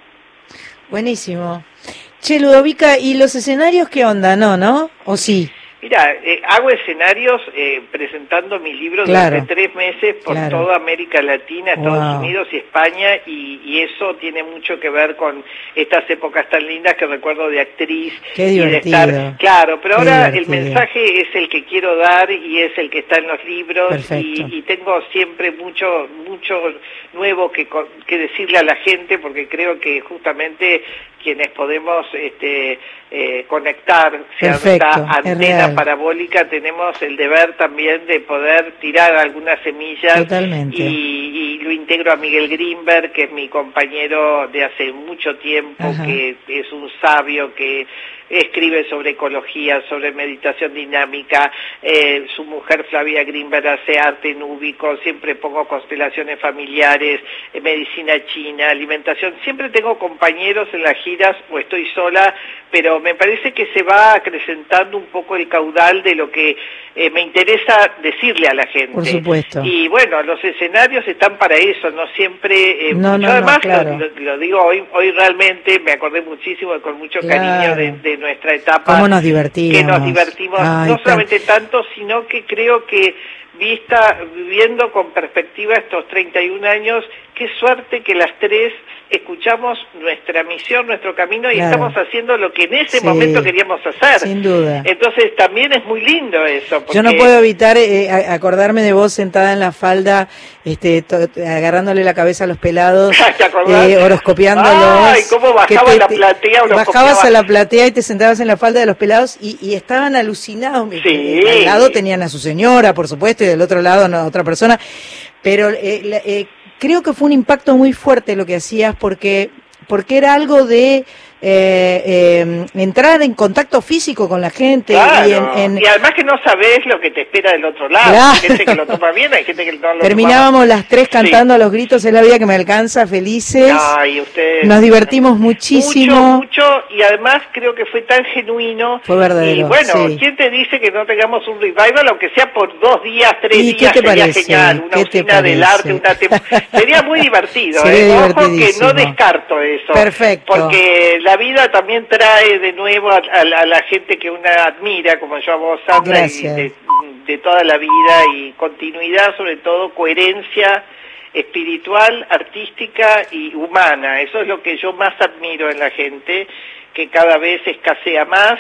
Buenísimo. Che, Ludovica, ¿y los escenarios qué onda? ¿No, no? ¿O sí? Mira, eh, hago escenarios eh, presentando mis libros Claro. durante tres meses por Claro. toda América Latina, Estados Wow. Unidos y España, y, y eso tiene mucho que ver con estas épocas tan lindas que recuerdo de actriz. Qué y de divertido. estar, claro, pero Qué ahora el divertido. mensaje es el que quiero dar y es el que está en los libros, Perfecto. y, y tengo siempre mucho mucho nuevo que, co- que decirle a la gente, porque creo que justamente quienes podemos este, eh, conectar, sea Perfecto, nuestra es antena real. parabólica, tenemos el deber también de poder tirar algunas semillas. Totalmente. Y, y lo integro a Miguel Grimberg, que es mi compañero de hace mucho tiempo, Ajá. que es un sabio que escribe sobre ecología, sobre meditación dinámica. Eh, su mujer Flavia Grimberg hace arte núbico, siempre pongo constelaciones familiares, eh, medicina china, alimentación. Siempre tengo compañeros en las giras o estoy sola, pero me parece que se va acrecentando un poco el caudal de lo que eh, me interesa decirle a la gente. Por supuesto. Y bueno, los escenarios están para eso, no siempre... eh, No, no, yo no, además, claro. lo, lo- lo digo hoy, hoy realmente me acordé muchísimo, con mucho Claro. cariño de, de nuestra etapa. ¿Cómo nos divertimos? Que nos divertimos, Ay, no tan- solamente tanto, sino que creo que vista, viviendo con perspectiva estos treinta y un años, qué suerte que las tres escuchamos nuestra misión, nuestro camino, y Claro. estamos haciendo lo que en ese Sí. momento queríamos hacer. Sin duda. Entonces también es muy lindo eso. Porque... Yo no puedo evitar eh, a- acordarme de vos sentada en la falda, este, to- agarrándole la cabeza a los pelados, ¿Te acordás? eh, horoscopiándolos. Ay, cómo que bajaba te- la te- platea, horoscopiaba. Bajabas a la platea y te sentabas en la falda de los pelados y, y estaban alucinados. Sí. Al lado tenían a su señora, por supuesto, y del otro lado no, otra persona. Pero eh, la- eh, creo que fue un impacto muy fuerte lo que hacías porque, porque era algo de eh, eh, entrar en contacto físico con la gente. Claro. Y, en, en... y además que no sabés lo que te espera del otro lado. Claro. Hay gente que lo toma bien, hay gente que no lo Terminábamos toma. las tres cantando sí. a los gritos en la vida que me alcanza, felices. Ay, ustedes... Nos divertimos muchísimo. Mucho, mucho, y además creo que fue tan genuino. Fue verdadero. Y bueno, sí. ¿quién te dice que no tengamos un revival, aunque sea por dos días, tres ¿Y días? qué te sería parece? genial, una usina del arte, una tem... sería muy divertido. Sería ¿eh? Ojo que no descarto eso. Perfecto. Porque la vida también trae de nuevo a, a, a la gente que una admira, como yo a vos, Sandra, y de, de toda la vida, y continuidad, sobre todo coherencia espiritual, artística y humana. Eso es lo que yo más admiro en la gente, que cada vez escasea más,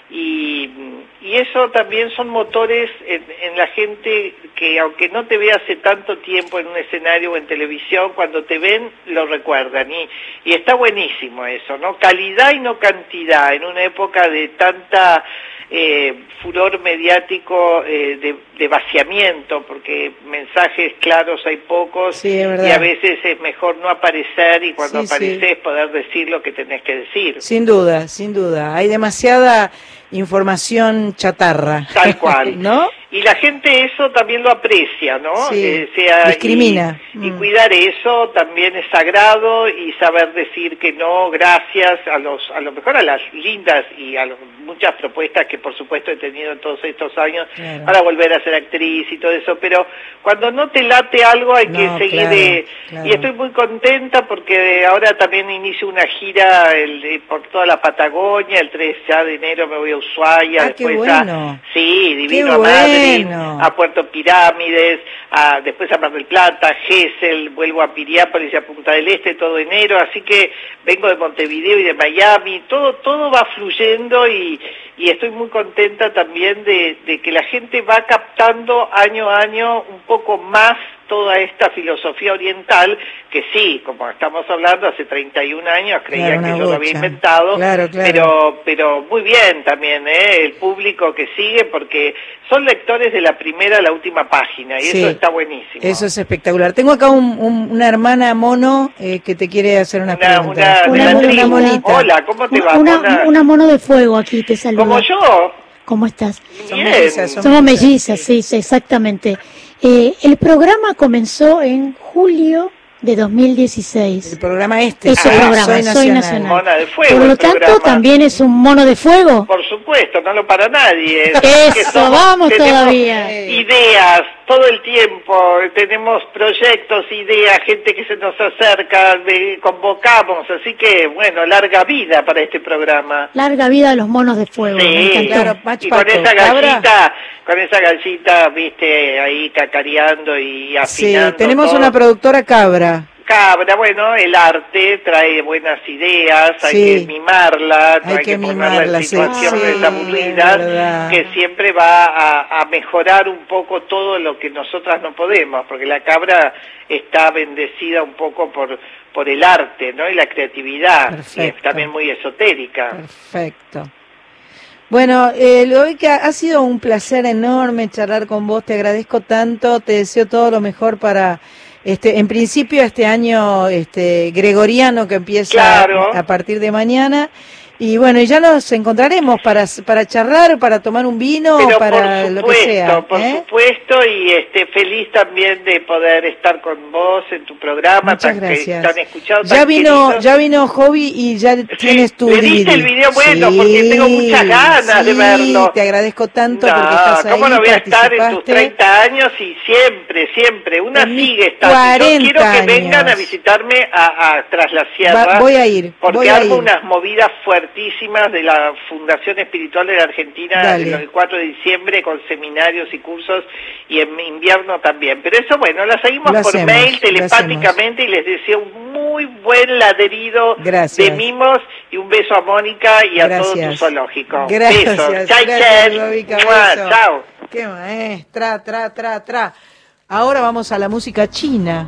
y, y eso también son motores en, en la gente que, aunque no te vea hace tanto tiempo en un escenario o en televisión, cuando te ven lo recuerdan, y, y está buenísimo eso, ¿no? Calidad y no cantidad, en una época de tanta eh, furor mediático, eh, de, de vaciamiento, porque mensajes claros hay pocos, sí, es verdad. Y a veces es mejor no aparecer, y cuando Sí, sí. apareces poder decir lo que tenés que decir. Sin duda, sin duda. Hay demasiada información chatarra. Tal cual. ¿No? Y la gente eso también lo aprecia, ¿no? Sí, Eh, sea, discrimina. Y, y Mm. cuidar eso también es sagrado, y saber decir que no, gracias a los, a lo mejor a las lindas y a los, muchas propuestas que por supuesto he tenido en todos estos años, Claro. para volver a ser actriz y todo eso, pero cuando no te late algo hay que No, seguir. claro, eh, claro. Y estoy muy contenta porque ahora también inicio una gira el, eh, por toda la Patagonia, el tres ya de enero me voy a Ushuaia, Ah, después qué bueno. a, sí, divino, Qué a Madrid, bueno. a Puerto Pirámides, a, después a Mar del Plata, a Gesell, vuelvo a Piriápolis y a Punta del Este todo enero, así que vengo de Montevideo y de Miami, todo todo va fluyendo, y, y estoy muy contenta también de, de que la gente va captando año a año un poco más toda esta filosofía oriental, que sí, como estamos hablando, hace treinta y un años creían Claro, que una yo lo había bocha. inventado, Claro, claro. pero pero muy bien también, ¿eh? El público que sigue, porque son lectores de la primera a la última página, y Sí. eso está buenísimo. Eso es espectacular. Tengo acá un- un- una hermana mono eh, que te quiere hacer unas Una, preguntas. una, de la Una tribu. monita. Hola, ¿cómo te va, Una, mona? una mono de fuego aquí te saluda. Como yo. ¿Cómo estás? Son Bien. mellizas, son Somos mellizas. mellizas, sí, sí, exactamente. Eh, el programa comenzó en julio de dos mil dieciséis. El programa este. Ese Ah, programa, Soy Soy Nacional. Nacional. Mona de fuego. Por el lo tanto, programa. también es un mono de fuego. Por supuesto, no lo para nadie. Eso, Que somos- vamos tenemos todavía. Ideas todo el tiempo, tenemos proyectos, ideas, gente que se nos acerca, de, convocamos, así que bueno, larga vida para este programa. Larga vida a los monos de fuego. me Sí, encantó. Claro, Mach y con Pato, esa cabra. gallita, con esa gallita, viste, ahí cacareando y Sí, afinando. tenemos todo. una productora cabra. Cabra, bueno, el arte trae buenas ideas, hay Sí. que mimarla, no Hay hay, que que, ponerla mimarla, en sí. situaciones Sí, aburridas, es verdad. que siempre va a, a mejorar un poco todo lo que nosotras no podemos, porque la cabra está bendecida un poco por por el arte, ¿no? Y la creatividad, y es Perfecto. también muy esotérica. Perfecto. Bueno, eh, lo que ha, ha sido un placer enorme charlar con vos, te agradezco tanto, te deseo todo lo mejor para, este, en principio este año este gregoriano que empieza Claro. a partir de mañana, y bueno, y ya nos encontraremos para, para charlar, para tomar un vino, Pero para por lo supuesto, que sea. por ¿eh? supuesto, y este feliz también de poder estar con vos en tu programa, Muchas tan, que, gracias. tan escuchado, Ya tan vino, querido. ya vino Hobby y ya tienes tu ¿le D V D. viste el video? Bueno, porque tengo muchas ganas de sí, verlo. Te agradezco tanto No, porque estás ahí, ¿cómo no voy a estar en tus participaste. treinta años y siempre, siempre? Una En mis sigue estando. Yo cuarenta quiero que vengan años. a visitarme a, a Tras la Sierra. Va- voy a ir, Porque voy a armo ir. unas movidas fuertísimas de la Fundación Espiritual de la Argentina Dale. el cuatro de diciembre con seminarios y cursos, y en invierno también. Pero eso, bueno, la seguimos Lo por hacemos, mail, lo telepáticamente, y les deseo un muy buen ladrido Gracias. de mimos, y un beso a Mónica y a todo tu Gracias. zoológico. Gracias, Besos. Chai, gracias, chai. Lobica, Mua, beso. chao. Qué maestra, tra, tra, tra. Ahora vamos a la música china.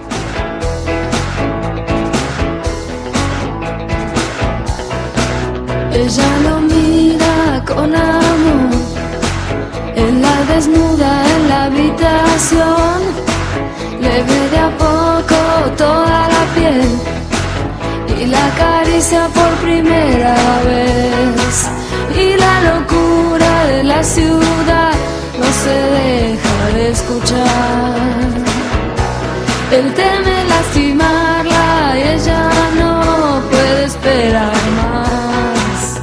Ella lo mira con amor, en la desnuda en la habitación, le ve de a poco toda la piel y la acaricia por primera vez. Y la locura de la ciudad no se deja de escuchar. Él teme lastimarla y ella no puede esperar más.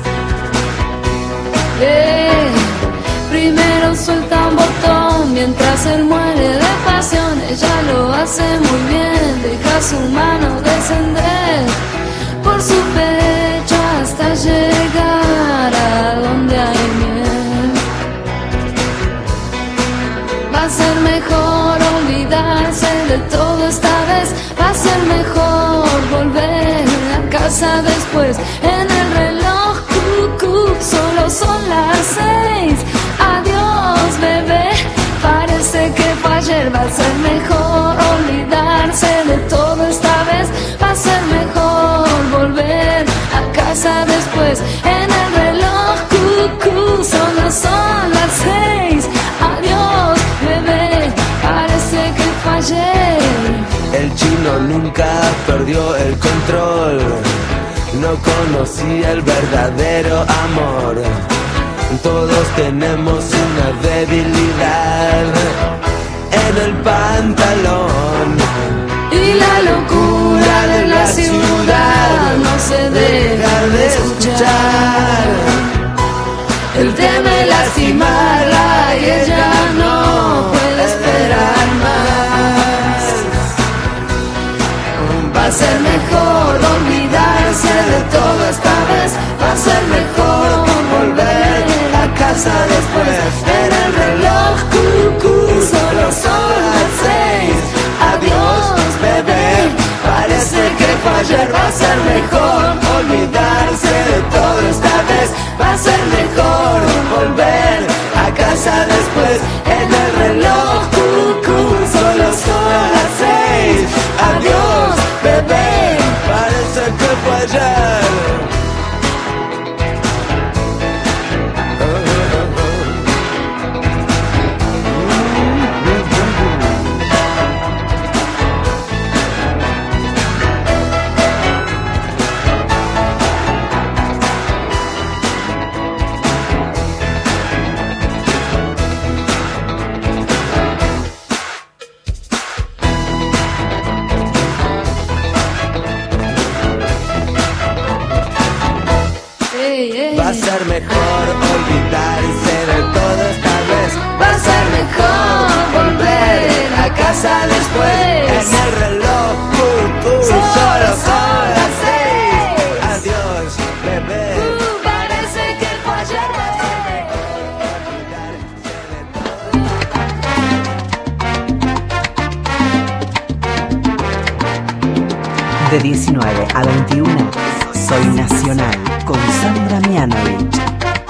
Eh, primero suelta un botón mientras él muere de pasión. Ella lo hace muy bien, deja su mano descender por su pecho hasta llegar a donde hay miel. Va a ser mejor olvidarse de todo esta vez. Va a ser mejor volver a casa después. En el reloj, cucú, solo son las seis. Adiós, bebé, parece que fue ayer. Va a ser mejor olvidarse de todo esta vez. Va a ser mejor volver a casa después. En el reloj, cucú, solo son las seis. Adiós, bebé, parece que fue ayer. El chino nunca perdió el control, no conocía el verdadero amor. Todos tenemos una debilidad en el pantalón. Y la locura de la ciudad no se deja de escuchar. Él teme lastimarla y ella no puede esperar más. Va a ser mejor olvidarse de todo esta vez. Va a ser mejor volver a casa después. En el reloj, cucú, solo son las seis. Adiós, bebé, parece que fue ayer. Va a ser mejor olvidarse de todo esta vez. Va a ser mejor volver a casa después. En el reloj, cucú, solo son las seis. Adiós, bebé, parece que fue ayer. Va a ser mejor olvidarse de todo esta vez. va a ser mejor volver a casa después. En el reloj, cucú, solo son las seis. Adiós, bebé. Uh, parece que fue ayer. De diecinueve a veintiuno, Soy Nacional con Sandra Mianovich.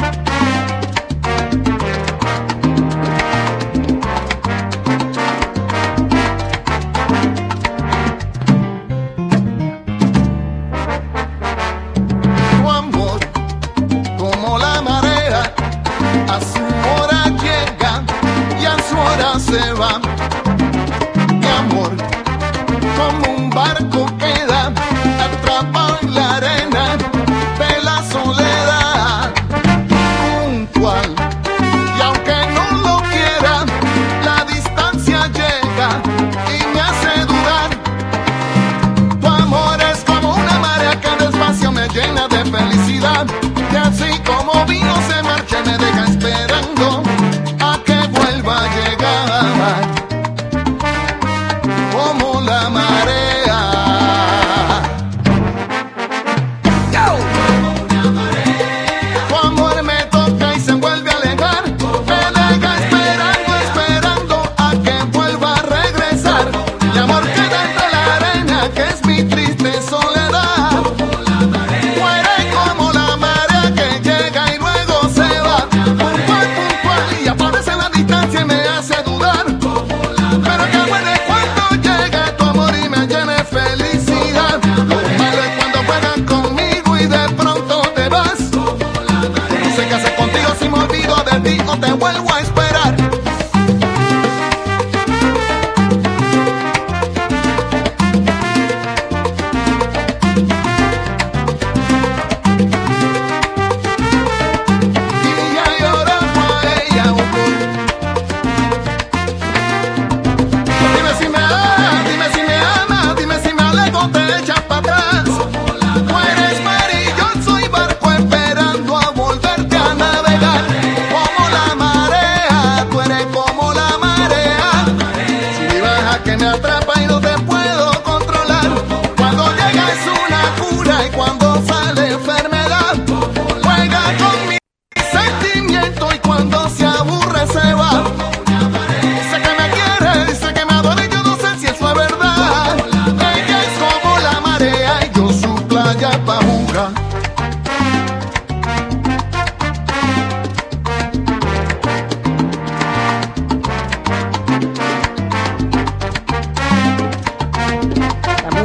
Tu amor, como la marea, a su hora llega y a su hora se va. Mi amor, como un barco queda atrapado en la arena de la soledad, puntual. Y aunque no lo quiera, la distancia llega y me hace dudar. Tu amor es como una marea que despacio me llena de felicidad, y así como vino se marcha y me deja esperando a que vuelva a llegar. Como la marea. Tu amor me toca y se vuelve a alejar, me deja esperando, esperando a que vuelva a regresar. Mi amor queda entre la arena, que es mi triste soledad. Muere como la marea que llega y luego se va, puntual, puntual, y aparece en la distancia y me hace dudar. Pero que bueno es cuando llega tu amor y me llena felicidad. Lo malo es cuando juegas conmigo y de pronto te vas. No sé qué hacer contigo si me olvido de ti o te vuelvo a esperar.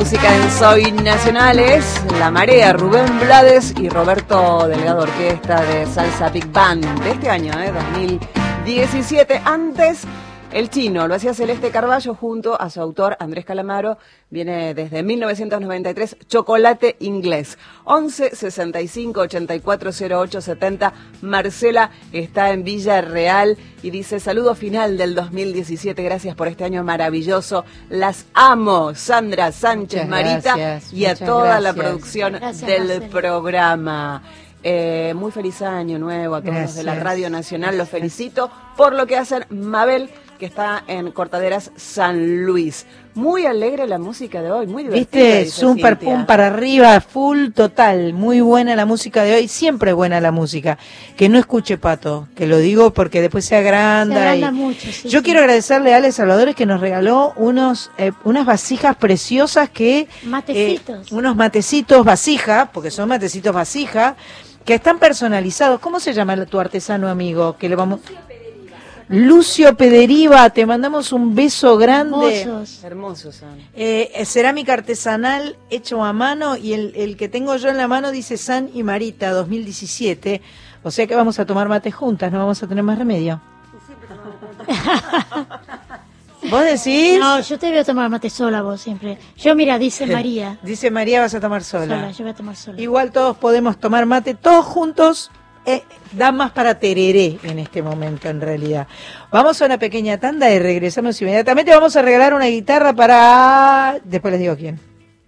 música en Soy Nacional es La Marea, Rubén Blades y Roberto Delgado, orquesta de Salsa Big Band de este año, ¿eh? dos mil diecisiete. Antes, El Chino, lo hacía Celeste Carballo junto a su autor Andrés Calamaro, viene desde mil novecientos noventa y tres, Chocolate Inglés. once sesenta y cinco ochenta y cuatro cero ocho setenta. Marcela está en Villa Real y dice: saludo final del dos mil diecisiete, gracias por este año maravilloso, las amo. Sandra Sánchez, Muchas Marita gracias, y a muchas toda la gracias. producción Gracias, del Marcela. programa. Eh, muy feliz año nuevo a todos los de la Gracias. Radio Nacional, los felicito por lo que hacen. Mabel, que está en Cortaderas San Luis. Muy alegre la música de hoy, muy divertida. Viste, dice super Cintia. pum para arriba, full total, muy buena la música de hoy, siempre buena la música. Que no escuche Pato, que lo digo porque después se agranda. Se agranda y- mucho, sí, Yo sí. quiero agradecerle a Ale Salvadores que nos regaló unos eh, unas vasijas preciosas que... Matecitos. eh, unos matecitos vasija, porque son matecitos vasija, que están personalizados. ¿Cómo se llama tu artesano amigo? Que le vamos... Lucio Pederiva, te mandamos un beso grande. Hermosos. Hermosos son. Eh, cerámica artesanal hecho a mano y el, el que tengo yo en la mano dice San y Marita dos mil diecisiete, o sea que vamos a tomar mate juntas, no vamos a tener más remedio. ¿Vos decís? No, yo te voy a tomar mate sola vos siempre. Yo, mira, dice María. Dice María, vas a tomar sola. Sola, yo voy a tomar sola. Igual todos podemos tomar mate, todos juntos. Eh, da más para tereré en este momento, en realidad. Vamos a una pequeña tanda y regresamos inmediatamente. Vamos a regalar una guitarra para... Después les digo quién.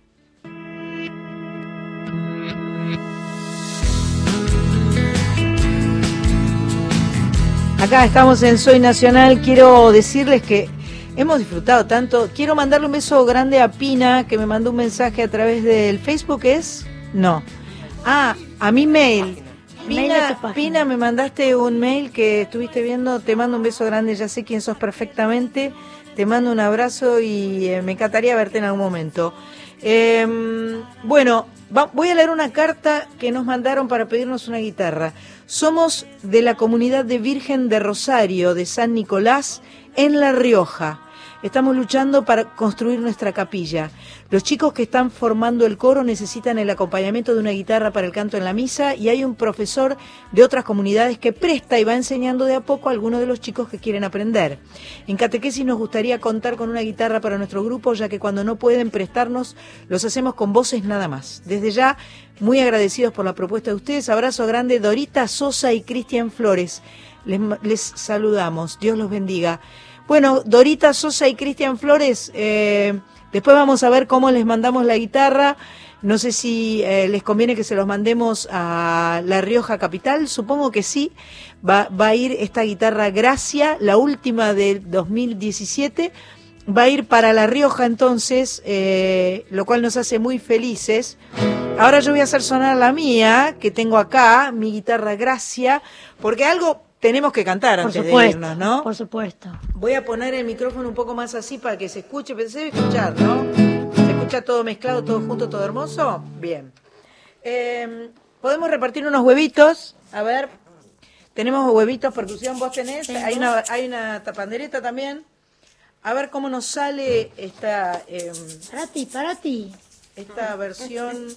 Acá estamos en Soy Nacional. Quiero decirles que hemos disfrutado tanto. Quiero mandarle un beso grande a Pina, que me mandó un mensaje a través del Facebook. ¿Es? No. Ah, a mi mail. Mail de tu Pina, página. Pina, me mandaste un mail que estuviste viendo. Te mando un beso grande. Ya sé quién sos perfectamente. Te mando un abrazo y eh, me encantaría verte en algún momento. Eh, bueno, va- voy a leer una carta que nos mandaron para pedirnos una guitarra. Somos de la comunidad de Virgen de Rosario, de San Nicolás, en La Rioja. Estamos luchando para construir nuestra capilla. Los chicos que están formando el coro necesitan el acompañamiento de una guitarra para el canto en la misa y hay un profesor de otras comunidades que presta y va enseñando de a poco a algunos de los chicos que quieren aprender. En catequesis nos gustaría contar con una guitarra para nuestro grupo, ya que cuando no pueden prestarnos, los hacemos con voces nada más. Desde ya, muy agradecidos por la propuesta de ustedes. Abrazo grande, Dorita Sosa y Cristian Flores. Les, les saludamos. Dios los bendiga. Bueno, Dorita Sosa y Cristian Flores, eh, después vamos a ver cómo les mandamos la guitarra. No sé si eh, les conviene que se los mandemos a La Rioja Capital, supongo que sí. Va, va a ir esta guitarra Gracia, la última del dos mil diecisiete, va a ir para La Rioja entonces, eh, lo cual nos hace muy felices. Ahora yo voy a hacer sonar la mía, que tengo acá, mi guitarra Gracia, porque algo... tenemos que cantar Por antes de supuesto, irnos, ¿no? por supuesto. Voy a poner el micrófono un poco más así para que se escuche, pero se debe escuchar, ¿no? ¿Se escucha todo mezclado, todo junto, todo hermoso? Bien. Eh, Podemos repartir unos huevitos. A ver, tenemos huevitos, percusión, vos tenés. Tengo. Hay una, hay una tapandereta también. A ver cómo nos sale esta... Eh, Para ti, para ti. esta versión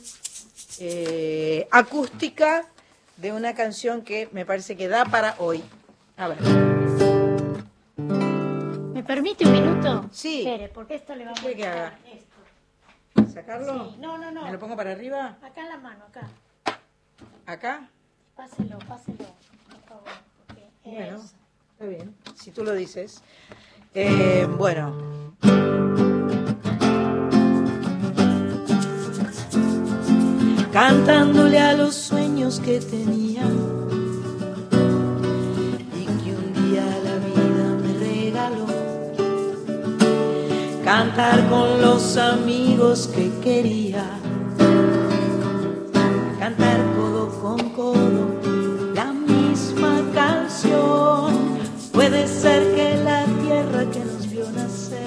eh, acústica de una canción que me parece que da para hoy. A ver. ¿Me permite un minuto? Sí. Espere, porque esto le vamos a ¿Qué que haga? quitar esto. ¿Sacarlo? Sí. No, no, no. ¿Me lo pongo para arriba? Acá en la mano, acá. ¿Acá? Páselo, páselo, por favor. porque Bueno, es- está bien. Si tú lo dices. Eh, bueno. Cantándole a los sueños que tenía y que un día la vida me regaló. Cantar con los amigos que quería. Cantar codo con codo la misma canción. Puede ser que la tierra que nos vio nacer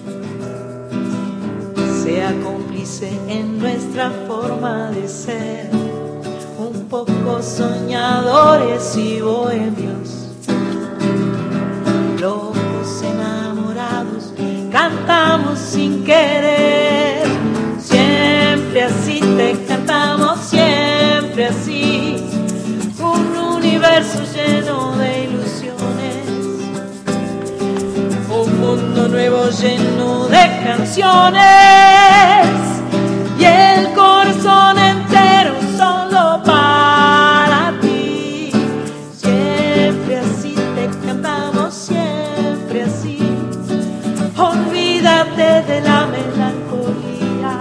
sea cómplice en nuestra forma de ser, un poco soñadores y bohemios, locos enamorados, cantamos sin querer. lleno de canciones y el corazón entero solo para ti. Siempre así te cantamos, siempre así. Olvídate de la melancolía.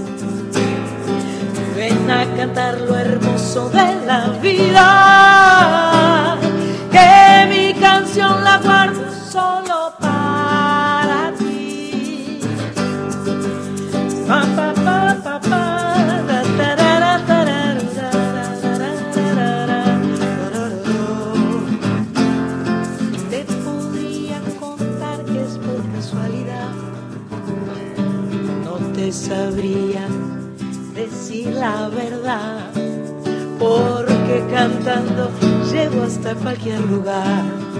Ven a cantar lo hermoso de la vida, que mi canción la guardo solo para ti. Pa, pa, pa, pa, pa, da, tarara, tarara, tarara, te podría contar que es por casualidad, no te sabría decir la verdad, porque cantando llego hasta cualquier lugar.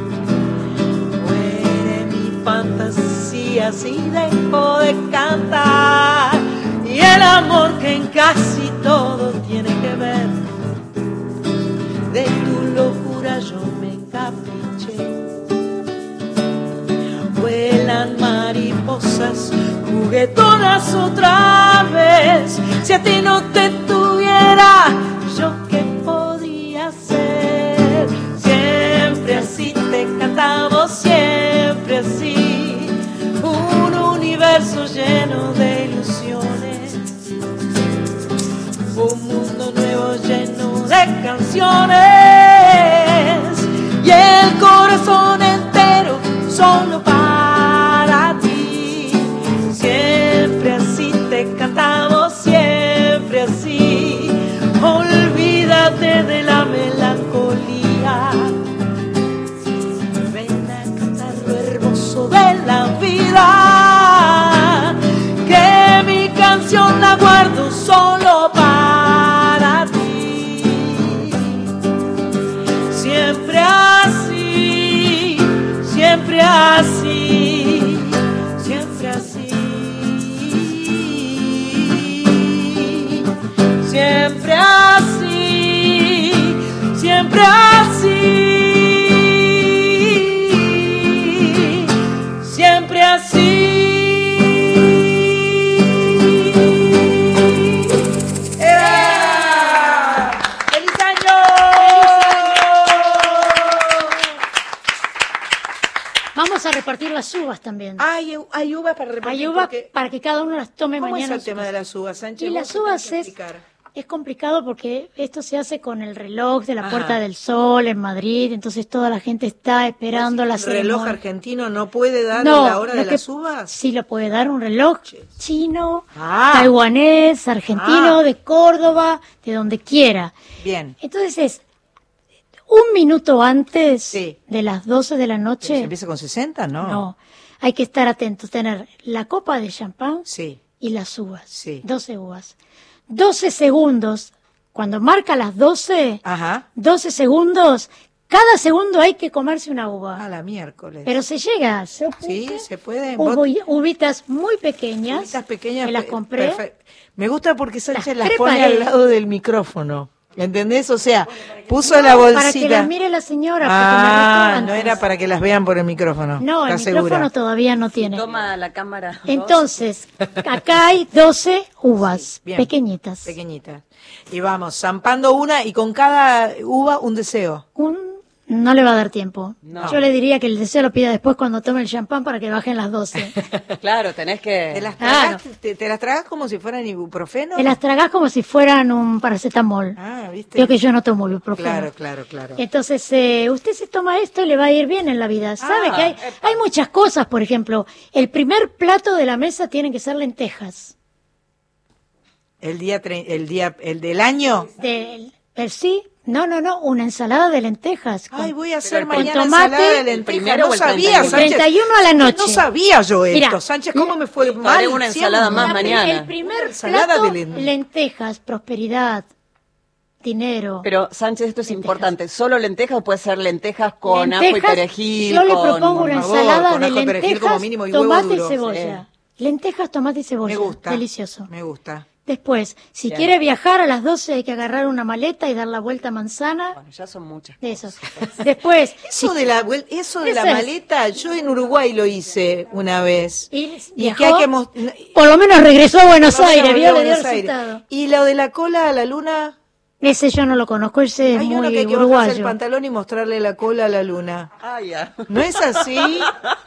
Muere mi fantasía si dejo de cantar, y el amor que en casi todo tiene que ver, de tu locura yo me encapriché. Vuelan mariposas juguetonas otra vez, si a ti no te tuviera, yo qué podría hacer. Siempre así te cantamos, siempre así, un universo lleno de ilusiones, un mundo nuevo lleno de canciones y el corazón entero solo para ti. Siempre así te cantamos, siempre así. Olvídate de la melancolía. Ven a cantar lo hermoso de la vida, que mi canción la guardo solo para ti. Siempre así, siempre así, siempre así. Siempre así, siempre así, siempre así. ¡Eh! ¡Feliz año! Vamos a repartir las uvas también. Hay, hay uvas para repartir. Hay uvas porque- para que cada uno las tome ¿Cómo mañana. es el tema de las uvas, Sánchez? Y las Vos uvas tenés que es, explicar. es complicado porque esto se hace con el reloj de la Ajá. Puerta del Sol en Madrid, entonces toda la gente está esperando la ¿El reloj ceremonia. argentino no puede dar No, la hora lo de que- las uvas? Sí lo puede dar un reloj chino, Ah. taiwanés, argentino, Ah. de Córdoba, de donde quiera. Bien. Entonces es un minuto antes de las doce de la ¿Se noche. empieza con sesenta? No. No, hay que estar atentos, tener la copa de champán Sí. y las uvas, Sí. doce uvas. doce segundos, cuando marca las doce, Ajá. doce segundos, cada segundo hay que comerse una uva. A la miércoles. Pero se llega, se Sí, se puede. Hubo Vos- uvitas muy pequeñas, uvitas pequeñas. que las pe- compré. perfe- Me gusta porque Sánchez las, Las pone preparé. al lado del micrófono. ¿Entendés? O sea, puso No, la bolsita. para que las mire la señora, porque Ah, me retó no antes. era para que las vean por el micrófono. No, el ¿Estás micrófono segura? todavía no tiene. Toma la cámara. Entonces, acá hay doce uvas Bien. pequeñitas. Pequeñitas. Y vamos, zampando una y con cada uva un deseo. Un, no le va a dar tiempo. No. Yo le diría que el deseo lo pida después cuando tome el champán para que bajen las doce. Claro, tenés que... ¿Te las Claro. tragas, te, te las tragas como si fueran ibuprofeno? Te las tragás como si fueran un paracetamol. Ah, ¿viste? Yo que yo no tomo ibuprofeno. Claro, claro, claro. Entonces, eh, usted se toma esto y le va a ir bien en la vida. Sabe Ah, que hay, hay muchas cosas, por ejemplo, el primer plato de la mesa tienen que ser lentejas. El día, tre- el día, el del año. Del, el sí, no, no, no, una ensalada de lentejas. Ay, con- voy a hacer con mañana tomate, ensalada de ¿el lentejas. primero No o el sabía, treinta y uno? Sánchez. treinta y uno a la noche. No sabía yo esto, Mira, Sánchez. ¿Cómo me fue mal? Haré una ensalada siempre? más mañana. El primer Ensalada plato, de len- lentejas, prosperidad, dinero. Pero, Sánchez, esto es importante. ¿Solo lentejas o puede ser lentejas con ajo y Lentejas, perejil? Yo le con- propongo una por favor, ensalada con de ajo y perejil lentejas, como mínimo y huevo tomate duro. y cebolla. Lentejas, tomate y cebolla. Me gusta. Delicioso. Me gusta. Después, si Bien. quiere viajar a las doce hay que agarrar una maleta y dar la vuelta a manzana. Bueno, ya son muchas. Eso. Después, Eso de la vuel- eso de la Eso es. maleta, yo en Uruguay lo hice una vez. Y, Y viajó, que hay que mos- por lo menos regresó a Buenos Por lo menos Aires, volvió vio, a le dio el Buenos Aires. resultado. Y lo de la cola a la luna, Ese yo no lo conozco, ese es hay uno muy que hay que bajarse el uruguayo. pantalón y mostrarle la cola a la luna. Ah, ya. ¿No es así?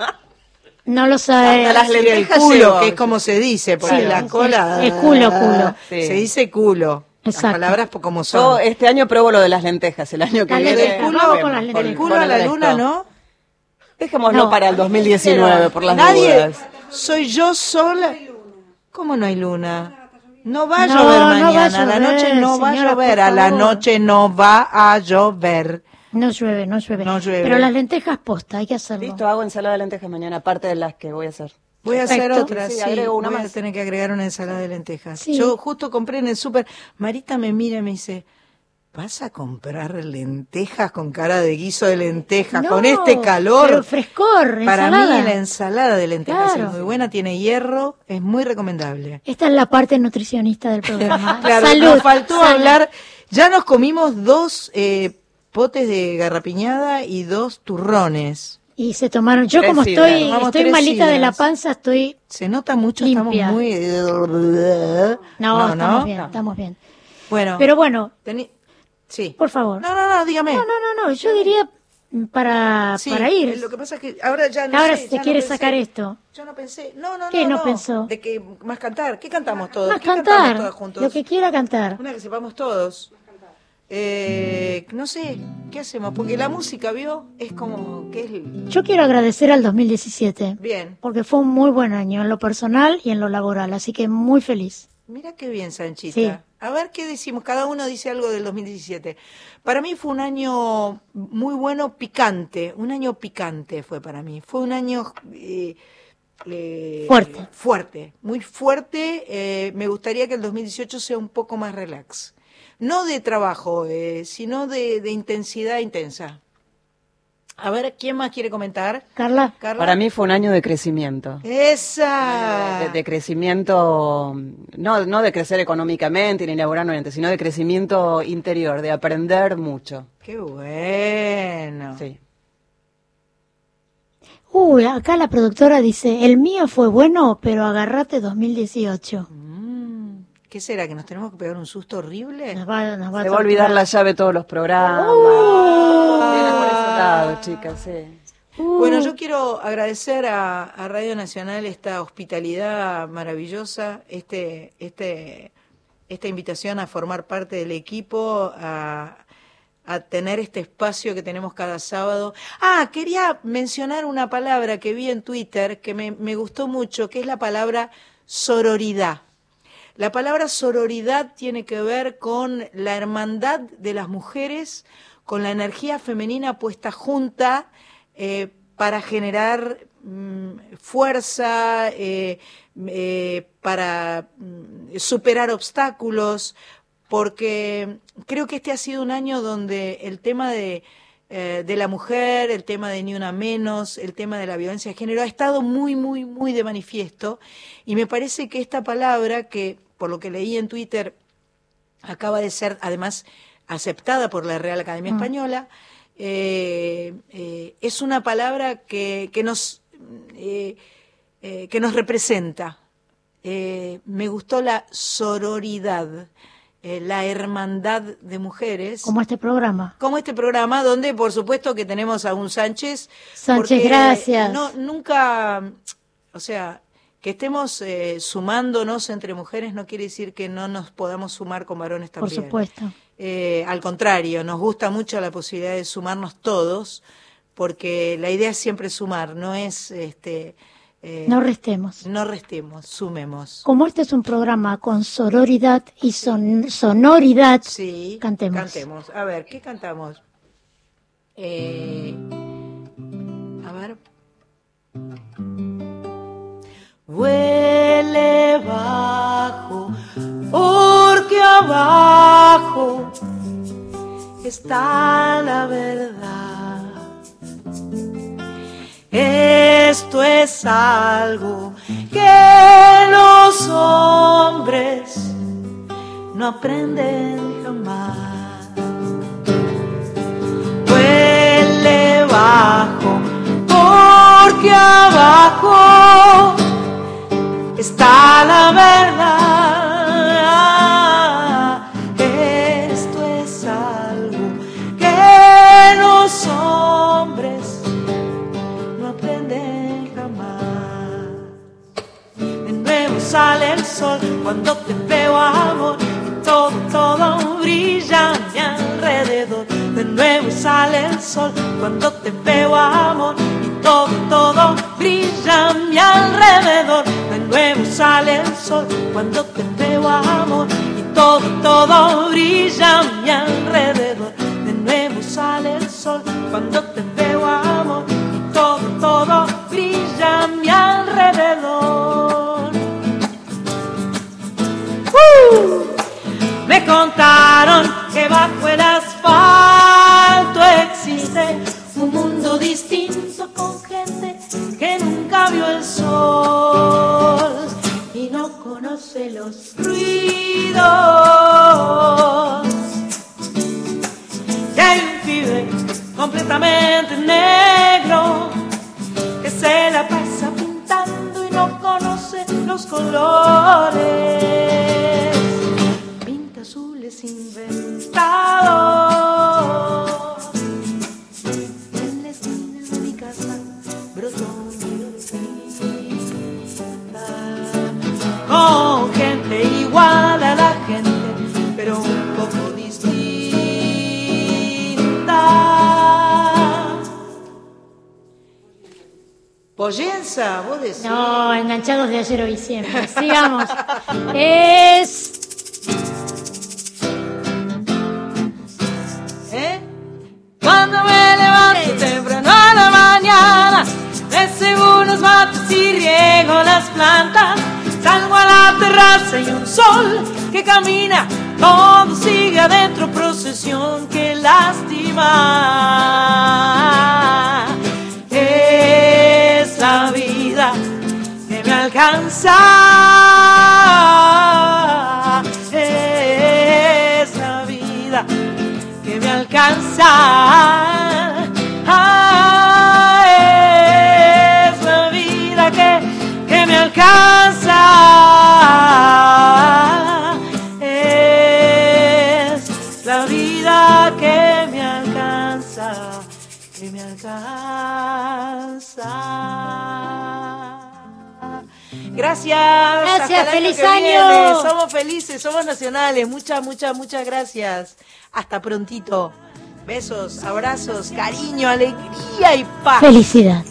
No lo sabe. Hasta las Sí, el lentejas culo, llevo. que es como se dice, porque Sí, la es- cola... es culo, culo. Sí. Se dice culo. Exacto. Las palabras po- como Yo son. este año pruebo lo de las lentejas, el año que Las viene. lentejas, culo- vamos con las vemos, lentejas. El con- culo con a la el luna, resto. ¿no? Dejémoslo No. para el dos mil diecinueve, por las Nadie, dudas. soy yo sola. ¿Cómo no hay luna? No va a No, llover no va a mañana, a la llover, noche no va a señora, llover, por a la favor. noche no va a llover. No llueve, no llueve. No llueve. Pero las lentejas posta, hay que hacerlo. Listo, hago ensalada de lentejas mañana, aparte de las que voy a hacer. Voy a hacer Perfecto. otra, Sí, sí, sí, agrego una voy a más. tener que agregar una ensalada de lentejas. Sí. Yo justo compré en el súper, Marita me mira y me dice, ¿vas a comprar lentejas con cara de guiso de lentejas, No, con este calor? Pero frescor, Para ensalada. mí la ensalada de lentejas Claro. es muy buena, tiene hierro, es muy recomendable. Esta es la parte nutricionista del programa. Claro, Salud. nos faltó salud. hablar, ya nos comimos dos eh, potes de garrapiñada y dos turrones. Y se tomaron. Yo Tres como sidras. estoy, Tomamos estoy tres malita de la sidras. panza, estoy. Se nota mucho, Limpia. estamos muy... No, estamos bien, estamos bien. Bueno, Pero bueno, tení- sí. por favor. No, no, no, dígame. No, no, no, no, yo diría mm, para, Sí, para eh, ir. Lo que pasa es que ahora ya no Ahora sé, se ya no quiere pensé. sacar esto. Yo no pensé. No, no, ¿Qué no. no pensó? De que más cantar. ¿Qué cantamos todos? Más ¿Qué cantamos cantar, todos juntos? lo que quiera cantar. Una que sepamos todos. Eh, no sé, ¿qué hacemos? Porque la música, ¿vio? Es como que es el- Yo quiero agradecer al dos mil diecisiete, bien. porque fue un muy buen año en lo personal y en lo laboral, así que muy feliz. Mira qué bien, Sanchita. Sí. A ver qué decimos. Cada uno dice algo del dos mil diecisiete. Para mí fue un año muy bueno, picante. Un año picante fue para mí. Fue un año eh, eh, Fuerte. Fuerte, muy fuerte. Eh, me gustaría que el dos mil dieciocho sea un poco más relax. No de trabajo, eh, sino de, de intensidad intensa. A ver, ¿quién más quiere comentar? Carla. Carla. Para mí fue un año de crecimiento. Esa. De, de crecimiento, no, no de crecer económicamente ni laboralmente, sino de crecimiento interior, de aprender mucho. Qué bueno. Sí. Uy, acá la productora dice, el mío fue bueno, pero agarrate dos mil dieciocho. ¿Qué será? ¿Que nos tenemos que pegar un susto horrible? Nos va, nos va Se a va a olvidar torturar. la llave de todos los programas. Uh. Viene por ese lado, chicas, sí. Bueno, yo quiero agradecer a, a Radio Nacional esta hospitalidad maravillosa, este, este, esta invitación a formar parte del equipo, a, a tener este espacio que tenemos cada sábado. Ah, quería mencionar una palabra que vi en Twitter que me, me gustó mucho, que es la palabra sororidad. La palabra sororidad tiene que ver con la hermandad de las mujeres, con la energía femenina puesta junta eh, para generar mm, fuerza, eh, eh, para mm, superar obstáculos, porque creo que este ha sido un año donde el tema de, eh, de la mujer, el tema de Ni Una Menos, el tema de la violencia de género ha estado muy, muy, muy de manifiesto, y me parece que esta palabra que, por lo que leí en Twitter, acaba de ser además aceptada por la Real Academia Mm. Española, eh, eh, es una palabra que, que nos eh, eh, que nos representa. Eh, me gustó la sororidad, eh, la hermandad de mujeres. Como este programa. Como este programa, donde por supuesto que tenemos a un Sánchez. Sánchez, porque gracias. No, nunca, o sea, que estemos eh, sumándonos entre mujeres no quiere decir que no nos podamos sumar con varones Por también. supuesto. Eh, al contrario, nos gusta mucho la posibilidad de sumarnos todos, porque la idea es siempre sumar, no es este eh, No restemos. no restemos, sumemos. Como este es un programa con sororidad y son- sonoridad, Sí, cantemos. cantemos. A ver, ¿qué cantamos? Eh, a ver. Huele bajo, porque abajo está la verdad. Esto es algo que los hombres no aprenden jamás. Huele bajo, porque abajo está la verdad. Esto es algo que los hombres no aprenden jamás. De nuevo sale el sol cuando te veo, amor, y todo, todo brilla a mi alrededor. De nuevo sale el sol cuando te veo, amor, y todo, todo brilla a mi alrededor. De nuevo sale el sol cuando te veo, amor, y todo, todo brilla a mi alrededor. De nuevo sale el sol cuando te veo, amor, y todo, todo brilla a mi alrededor. ¡Uh! Me contaron que bajo el asfalto existe un mundo distinto con gente que nunca vio el sol y no conoce los ruidos. Y hay un pibe completamente negro que se la pasa pintando y no conoce los colores. Pinta azules inventados. En la esquina de mi casa brotó mi rosita. Con gente igual a la gente, pero un poco distinta. Pollenza, vos decís. No, enganchados de ayer, hoy, siempre. Sigamos. Es... ¿Eh? Cuando me levanto temprano a la mañana, recibo unos mates y riego las plantas. Salgo a la terraza y un sol que camina, todo sigue adentro, procesión que lástima. Es la vida que me alcanza. Es la vida que me alcanza. Ah, es la vida que, que me alcanza. Es la vida que me alcanza, que me alcanza. Gracias. Gracias, hasta el feliz que año. viene. Somos felices, somos nacionales. Muchas, muchas, muchas gracias. Hasta prontito. Besos, abrazos, cariño, alegría y paz. Felicidad.